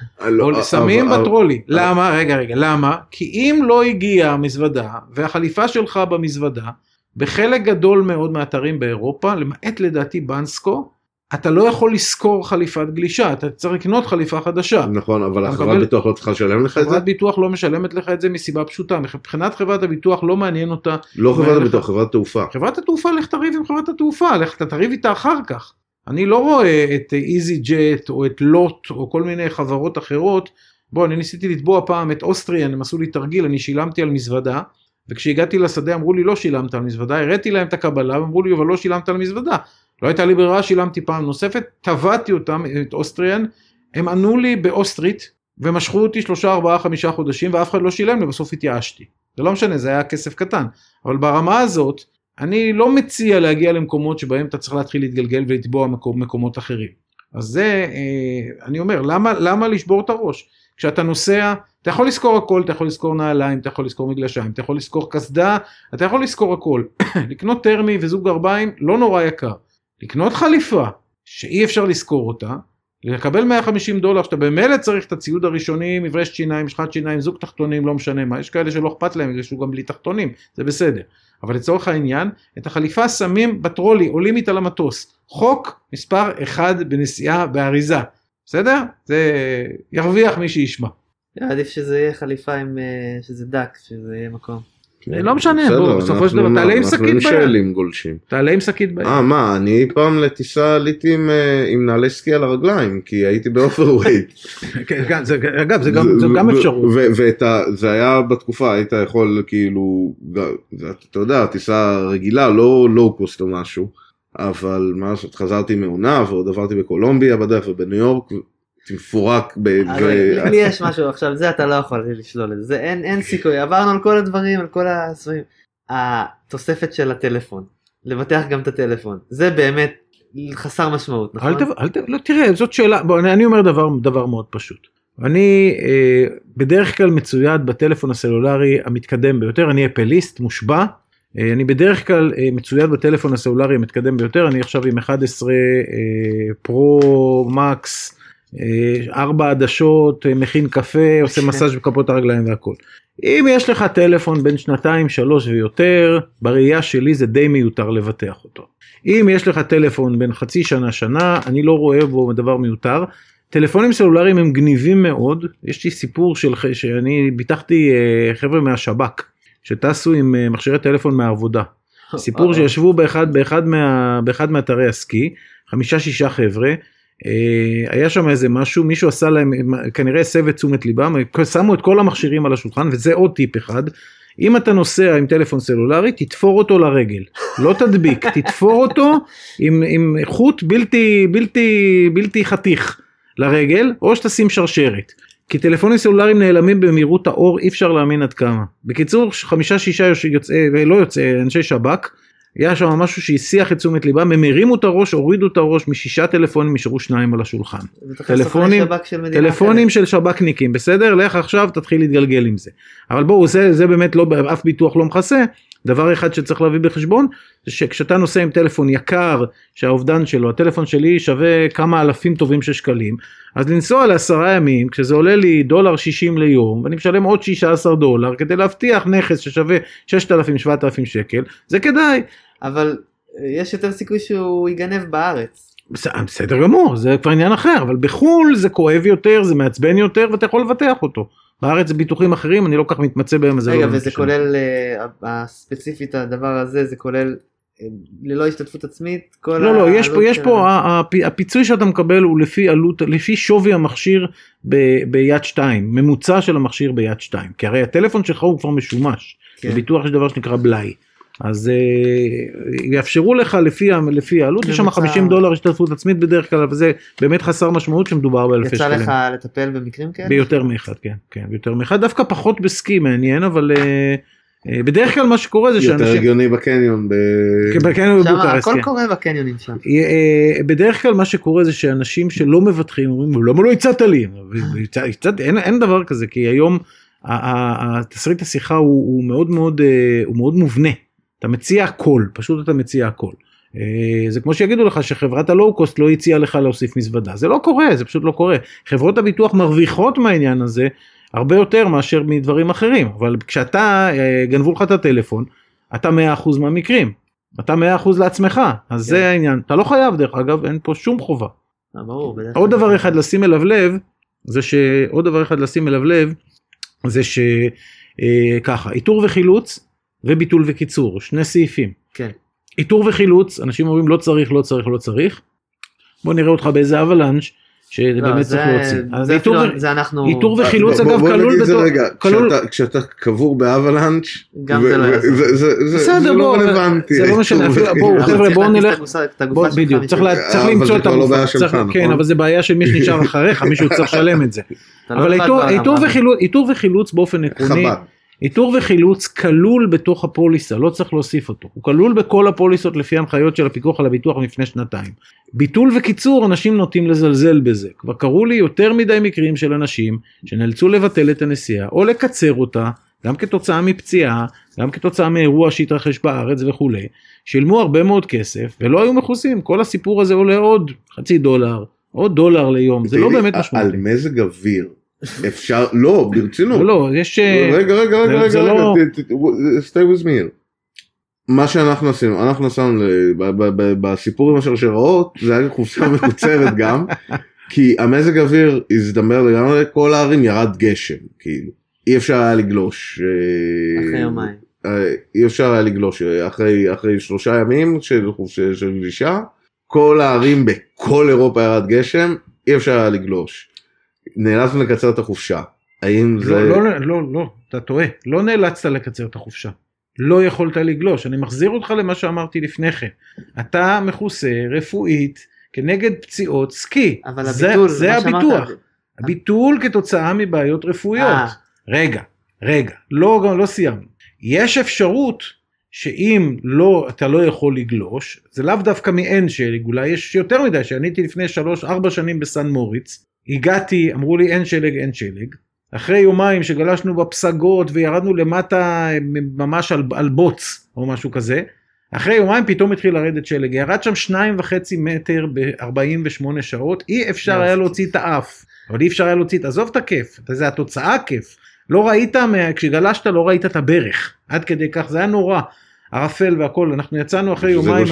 לא, שמים בטרולי. למה? רגע, למה? כי אם לא הגיעה המזוודה, והחליפה שלך במזוודה, בחלק גדול מאוד מהאתרים באירופה, למעט לדעתי בנסקו, אתה לא יכול לזכור חליפת גלישה, אתה צריך לקנות חליפה חדשה. נכון, אבל החברת ביטוח לא צריכה לשלם לך את זה? חברת ביטוח לא משלמת לך את זה מסיבה פשוטה, מבחינת חברת הביטוח לא מעניין אותה. לא חברת הביטוח, חברת התעופה. חברת התעופה, לך תריב עם חברת התעופה, לך תריב איתה אחר כך. אני לא רואה את איזי ג'ט או את לוט או כל מיני חברות אחרות. בוא, אני ניסיתי לתבוע פעם את אוסטריאן, הם עשו לי תרגיל, אני שילמתי על מזוודה, וכשהגעתי לשדה אמרו לי לא שילמת על מזוודה, הראיתי להם את הקבלה, אמרו לי אבל לא שילמת על מזוודה. לא הייתה לי ברירה, שילמתי פעם נוספת, טבעתי אותם, את אוסטריאן, הם ענו לי באוסטרית, ומשכו אותי 3, 4, 5 חודשים, ואף אחד לא שילם לי, בסוף התייאשתי. זה לא משנה, זה היה כסף קטן. אבל ברמה הזאת, אני לא מציע להגיע למקומות שבהם אתה צריך להתחיל להתגלגל ולתבוע מקומות אחרים. אז זה, אני אומר, למה לשבור את הראש? כשאתה נוסע, אתה יכול לזכור הכל, אתה יכול לזכור נעליים, אתה יכול לזכור מגלשיים, אתה יכול לזכור קסדה, אתה יכול לזכור הכל. לקנות טרמי וזוג גרביים, לא נורא יקר. לקנות חליפה, שאי אפשר לזכור אותה, לקבל $150, שאתה במילא צריך את הציוד הראשוני, מברשת שיניים, משחת שיניים, זוג תחתונים, לא משנה מה, יש כאלה שלא אכפת להם, יש גם בלי תחתונים, זה בסדר. אבל לצורך העניין, את החליפה שמים בטרולי, עולים איתה למטוס. חוק מספר 1 בנסיעה באריזה. בסדר? זה ירוויח מי שישמע. עדיף שזה יהיה חליפה עם, שזה דק, שזה יהיה מקום. לא משנה, בוא, בסופו של דבר, תעלה עם שקית ביד. תעלה עם שקית ביד. מה, אני פעם לטיסה עליתי עם נעלי סקי על הרגליים, כי הייתי באוברווייט. אגב, זה גם אפשרות. וזה היה בתקופה, היית יכול כאילו, אתה יודע, טיסה רגילה, לא לואו-קוסט או משהו, אבל מה לעשות, חזרתי מעונה, ועוד עברתי בקולומביה בדרך ובניו יורק, מפורק לי יש משהו עכשיו, זה אתה לא יכול לשלול את זה, אין סיכוי, עברנו על כל הדברים, על כל הספרים, התוספת של הטלפון, לבטח גם את הטלפון, זה באמת חסר משמעות, נכון? לא, תראה, זאת שאלה, אני אומר דבר מאוד פשוט, אני בדרך כלל מצויד בטלפון הסלולרי המתקדם ביותר, אני אפליסט, מושבע, אני בדרך כלל מצויד בטלפון הסלולרי המתקדם ביותר, אני עכשיו עם 11 פרו מקס, 4 עדשות, מכין קפה, עושה מסאז' בכפות הרגליים והכל. אם יש לך טלפון בין 2, 3 ויותר, בראייה שלי זה די מיותר לבטח אותו. אם יש לך טלפון בין חצי שנה, אני לא רואה בו דבר מיותר. טלפונים סלולריים הם גניבים מאוד, יש לי סיפור שאני ביטחתי חבר'ה מהשב"כ, שטסו עם מכשירי טלפון מהעבודה. סיפור שישבו באחד מאתרי הסקי, 5-6 חבר'ה, היה שם איזה משהו, מישהו עשה להם, כנראה הסב את תשומת ליבם, שמו את כל המכשירים על השולחן, וזה עוד טיפ אחד, אם אתה נוסע עם טלפון סלולרי, תתפור אותו לרגל, לא תדביק, תתפור אותו עם חוט בלתי חתיך לרגל, או שתשים שרשרת, כי טלפונים סלולריים נעלמים במהירות האור, אי אפשר להאמין עד כמה. בקיצור, 5-6 אנשי שב"כ, היה שם משהו שהסיח את תשומת ליבם, הם הרימו את הראש, הורידו את הראש, מ6 טלפונים, נשארו 2 על השולחן. טלפונים של שב"כניקים, בסדר? לך עכשיו תתחיל להתגלגל עם זה. אבל בואו, זה באמת לא, אף ביטוח לא מכסה. דבר אחד שצריך להביא בחשבון, זה שכשאתה נוסע עם טלפון יקר, שהאובדן שלו, הטלפון שלי שווה כמה אלפים טובים של שקלים, אז לנסוע ל10 ימים, כשזה עולה לי $60 ליום, ואני משלם עוד $16, כדי להבטיח נכס ששווה 6,000-7,000 שקל, זה כדאי. אבל יש יותר סיכוי שהוא ייגנב בארץ. בסדר גמור, זה כבר עניין אחר, אבל בחול זה כואב יותר, זה מעצבן יותר, ואתה יכול לבטח אותו. בארץ זה ביטוחים אחרים, אני לא כך מתמצא בהם. רגע, וזה כולל, הספציפית הדבר הזה, זה כולל ללא השתתפות עצמית? לא, יש פה, הפיצוי שאתה מקבל הוא לפי שווי המכשיר ביד 2, ממוצע של המכשיר ביד 2, כי הרי הטלפון שלך הוא כבר משומש, בביטוח יש דבר שנקרא בלאי. אז יאפשרו לך לפי העלות, יש שם $50 השתתפות עצמית בדרך כלל, וזה באמת חסר משמעות שמדובר באלפי שקלים. יצא לך לטפל במקרים כאלה? ביותר מאחד, כן, ביותר מאחד, דווקא פחות בסקי מעניין, אבל בדרך כלל מה שקורה זה יותר שאנשים... הגיוני בקניון. בקניון שם בבוקרשט, הכל כן. קורה בקניונים שם. בדרך כלל מה שקורה זה שאנשים שלא מבטחים אומרים, למה לא הצעת לי? אין דבר כזה, כי היום תסריט השיחה הוא מאוד מובנה. אתה מציע הכל, פשוט אתה מציע הכל. זה כמו שיגידו לך שחברת הלואו-קוסט לא הציעה לך להוסיף מזוודה. זה לא קורה, זה פשוט לא קורה. חברות הביטוח מרוויחות מהעניין הזה הרבה יותר מאשר מדברים אחרים. אבל כשאתה גנבו לך את הטלפון, אתה 100% מהמקרים. אתה 100% לעצמך. אז זה העניין. אתה לא חייב דרך אגב, אין פה שום חובה. עוד דבר אחד לשים אליו לב, זה שככה, איתור וחילוץ וביטול וקיצור, שני סעיפים. כן. איתור וחילוץ, אנשים אומרים לא צריך. בוא נראה אותך באיזה אבלנש, שבאמת צריך להוציא. איתור וחילוץ אגב כלול בתוך... כשאתה קבור באבלנש, גם זה לא יעזור. זה לא רלוונטי. זה לא משנה, חבר'ה בואו נלך, בדיוק, צריך למצוא את הגופה. כן, אבל זה בעיה של מי שנשאר אחריך, מישהו צריך לשלם את זה. אבל איתור וחילוץ באופן עקרוני, איתור וחילוץ כלול בתוך הפוליסה, לא צריך להוסיף אותו. הוא כלול בכל הפוליסות לפי הנחיות של הפיקוח על הביטוח לפני שנתיים. ביטול וקיצור, אנשים נוטים לזלזל בזה. כבר קראו לי יותר מדי מקרים של אנשים שנאלצו לבטל את הנסיעה, או לקצר אותה, גם כתוצאה מפציעה, גם כתוצאה מאירוע שהתרחש בארץ וכו'. שילמו הרבה מאוד כסף, ולא היו מכוסים. כל הסיפור הזה עולה עוד $0.50, עוד $1 ליום. זה לא באמת משמעותי. על מזג אוויר. אפשר, לא, ברצינות. לא, יש... רגע, stay with me. מה שאנחנו עשינו, אנחנו עשינו בסיפור עם השרשראות, זה היה חופשה מקוצרת גם, כי המזג אוויר הזדמר לגמרי, כל הערים ירד גשם, כאילו. אי אפשר היה לגלוש. אחרי יומיים. אי אפשר היה לגלוש, אחרי 3 ימים של גלישה, כל הערים בכל אירופה ירד גשם, אי אפשר היה לגלוש. נאלצנו לקצר את החופשה. האם זה... לא, אתה טועה. לא נאלצת לקצר את החופשה. לא יכולת לגלוש. אני מחזיר אותך למה שאמרתי לפני כן. אתה מכוסה רפואית כנגד פציעות סקי. אבל הביטול, זה הביטוח. הביטול כתוצאה מבעיות רפואיות. רגע. לא סיימנו. יש אפשרות שאם אתה לא יכול לגלוש, זה לאו דווקא מאין שלג, אולי יש יותר מדי, שאני הייתי לפני 3-4 שנים בסן מוריץ, הגעתי, אמרו לי אין שלג, אחרי יומיים שגלשנו בפסגות וירדנו למטה ממש על בוץ או משהו כזה, אחרי יומיים פתאום התחיל לרדת שלג, ירד שם 2.5 מטר ב-48 שעות, אי אפשר היה להוציא את האף, אבל אי אפשר היה להוציא, עזוב את הכיף, זה התוצאה כיף, לא ראית, כשגלשת לא ראית את הברך, עד כדי כך, זה היה נורא, הרפל והכל, אנחנו יצאנו אחרי יומיים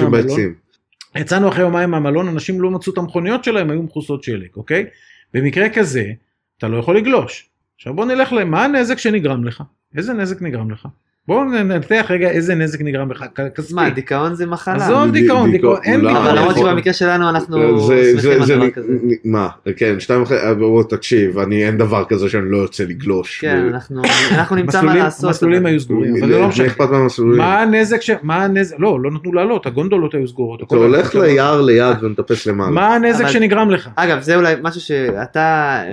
מהמלון, אנשים לא מצאו את המכוניות שלהם, היו מכוסות שלג, אוקיי? במקרה כזה, אתה לא יכול לגלוש. עכשיו בוא נלך למה הנזק שנגרם לך? איזה נזק נגרם לך? בואו ננתח רגע איזה נזק נגרם לך. מה, דיכאון זה מחלה. עזוב דיכאון, אין דיכאון. אבל למרות שבמקרה שלנו אנחנו שמחים על דבר כזה. מה, כן, 2.5, תקשיב, אין דבר כזה שאני לא יוצא לגלוש. כן, אנחנו נמצא מה לעשות. המסלולים היו סגורים, אבל לא משנה. מה הנזק, לא נתנו לעלות, הגונדולות היו סגורות. אתה הולך ליער ליד ונטפס למעלה. מה הנזק שנגרם לך? אגב, זה אולי משהו שאתה,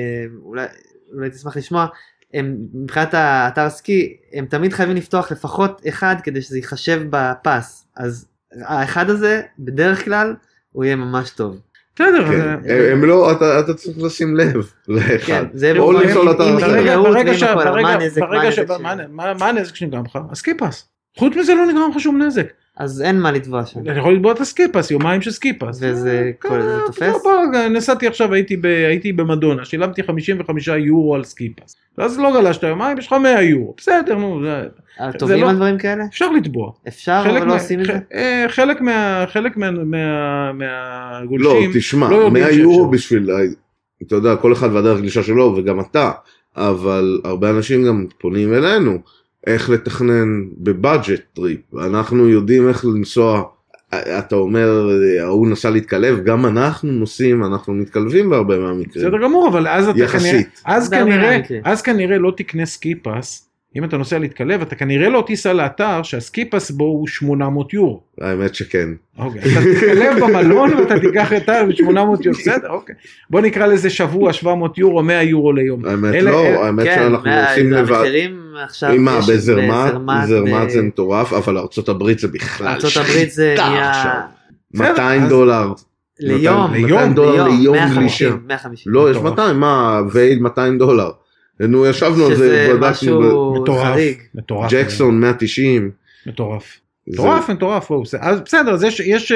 אולי תשמח לשמוע, מבחינת האתר סקי, הם תמיד חייבים לפתוח לפחות אחד כדי שזה ייחשב בפס, אז האחד הזה בדרך כלל הוא יהיה ממש טוב. בסדר, הם לא, אתה צריך לשים לב לאחד. או לנסוע לאתר אחר. מה הנזק שנגרם לך? הסקיפס. חוץ מזה לא נגרם לך שום נזק. אז אין מה לתבוע שם. אתה יכול לתבוע את הסקיפס, יומיים של סקיפס. וזה תופס? נסעתי עכשיו, הייתי במדונה, שילמתי 55 יורו על סקיפס. אז לא גלשת יומיים, יש לך 100 יורו. בסדר, נו. טובים על דברים כאלה? אפשר לתבוע. אפשר, אבל לא עושים את זה? חלק מהגולשים. לא, תשמע, 100 יורו בשביל, אתה יודע, כל אחד והדרך גלישה שלו, וגם אתה, אבל הרבה אנשים גם פונים אלינו. איך לתכנן בבאג'ט טריפ, אנחנו יודעים איך לנסוע, אתה אומר, הוא נסע להתקלב, גם אנחנו נוסעים, אנחנו מתקלבים בהרבה מהמקרים. בסדר גמור, אבל אז אתה יחסית. אז כנראה לא תקנה סקי פס, אם אתה נוסע להתקלב, אתה כנראה לא תיסע לאתר שהסקיפס בו הוא 800 יורו. האמת שכן. אוקיי, אתה תתקלב במלון ואתה תיקח אתר ב-800 יורו, בסדר, אוקיי. בוא נקרא לזה שבוע 700 יורו, 100 יורו ליום. האמת לא, האמת שאנחנו עושים לבד. המחירים עכשיו מה, בזרמט זה מטורף, אבל ארצות הברית זה בכלל ארצות הברית זה נהיה... $200. ליום, ליום גלישה. 150. לא, יש 200, מה, וייל $200. נו, ישבנו על זה, שזה משהו חריג. מטורף. ג'קסון 190. מטורף. מטורף. אז בסדר, אז יש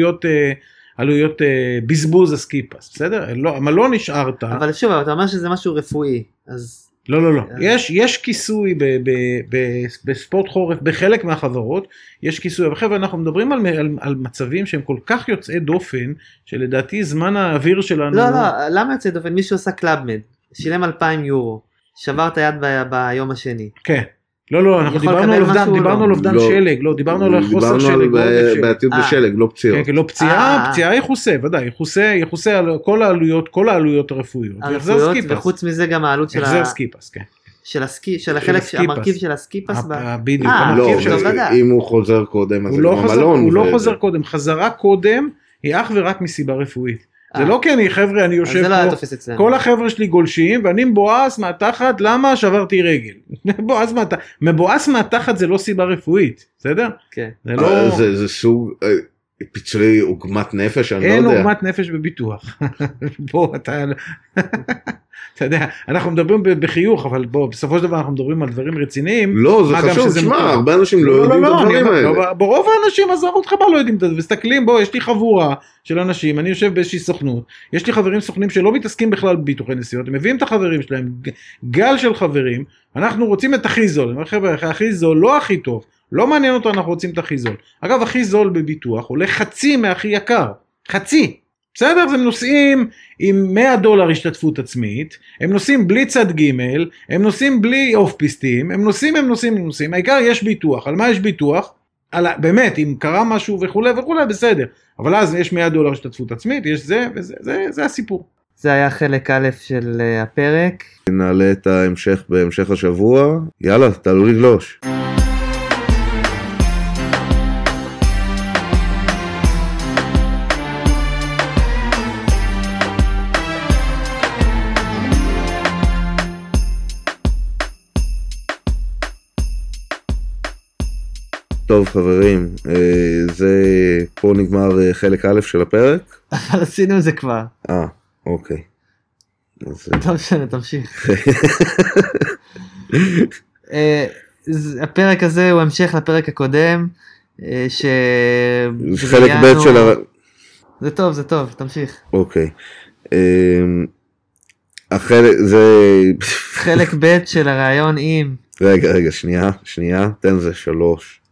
עלויות בזבוז הסקיפס, בסדר? המלון נשארת. אבל שוב, אתה אומר שזה משהו רפואי, אז... לא. יש כיסוי בספורט חורף, בחלק מהחברות, יש כיסוי. אבל חבר'ה, אנחנו מדברים על מצבים שהם כל כך יוצאי דופן, שלדעתי זמן האוויר שלנו... לא, למה יוצאי דופן? מישהו עושה קלאבמד, שילם 2,000 יורו, שבר את היד ביום השני. כן. לא, אנחנו דיברנו על אובדן שלג, לא, דיברנו על חוסר שלג. דיברנו על בעתיות בשלג, לא פציעות. כן, לא פציעה יכוסה, ודאי, יכוסה על כל העלויות הרפואיות. הרפואיות, וחוץ מזה גם העלות של החזר סקיפס, כן. של החלק, המרכיב של הסקיפס. בדיוק, לא, אם הוא חוזר קודם, אז זה גם המלון. הוא לא חוזר קודם, חזרה קודם, היא אך ורק מסיבה רפואית. זה לא כי חבר'ה, אני יושב פה, כל החבר'ה שלי גולשים, ואני מבואס מהתחת, למה שברתי רגל? מבואס מהתחת זה לא סיבה רפואית, בסדר? כן. זה סוג פיצויי עוגמת נפש, אני לא יודע. אין עוגמת נפש בביטוח. בוא, אתה יודע, אנחנו מדברים בחיוך, אבל בוא, בסופו של דבר אנחנו מדברים על דברים רציניים. לא, זה חשוב, שמע, הרבה אנשים לא יודעים את הדברים האלה. ברוב האנשים, עזוב אותך מה לא יודעים את זה, וסתכלים, בוא, יש לי חבורה של אנשים, אני יושב באיזושהי סוכנות, יש לי חברים סוכנים שלא מתעסקים בכלל בביטוחי נסיעות, הם מביאים את החברים שלהם, גל של חברים, אנחנו רוצים את הכי זול, הכי זול, לא הכי טוב, לא מעניין אותו, אנחנו רוצים את הכי זול. אגב, הכי זול בביטוח עולה חצי מהכי יקר, חצי. בסדר, הם נוסעים עם $100 השתתפות עצמית, הם נוסעים בלי צד ג', הם נוסעים בלי אוף פיסטים, הם נוסעים, העיקר יש ביטוח. על מה יש ביטוח? באמת, אם קרה משהו וכו', בסדר. אבל אז יש $100 השתתפות עצמית, יש זה, וזה הסיפור. זה היה חלק א' של הפרק. נעלה את ההמשך בהמשך השבוע. יאללה, תעלו לגלוש. טוב חברים, זה פה נגמר חלק א' של הפרק. אבל עשינו את זה כבר. אוקיי. טוב שנה, תמשיך. הפרק הזה הוא המשך לפרק הקודם, חלק ב' של... זה טוב, תמשיך. אוקיי. חלק ב' של הרעיון עם... רגע, שנייה, תן זה 3.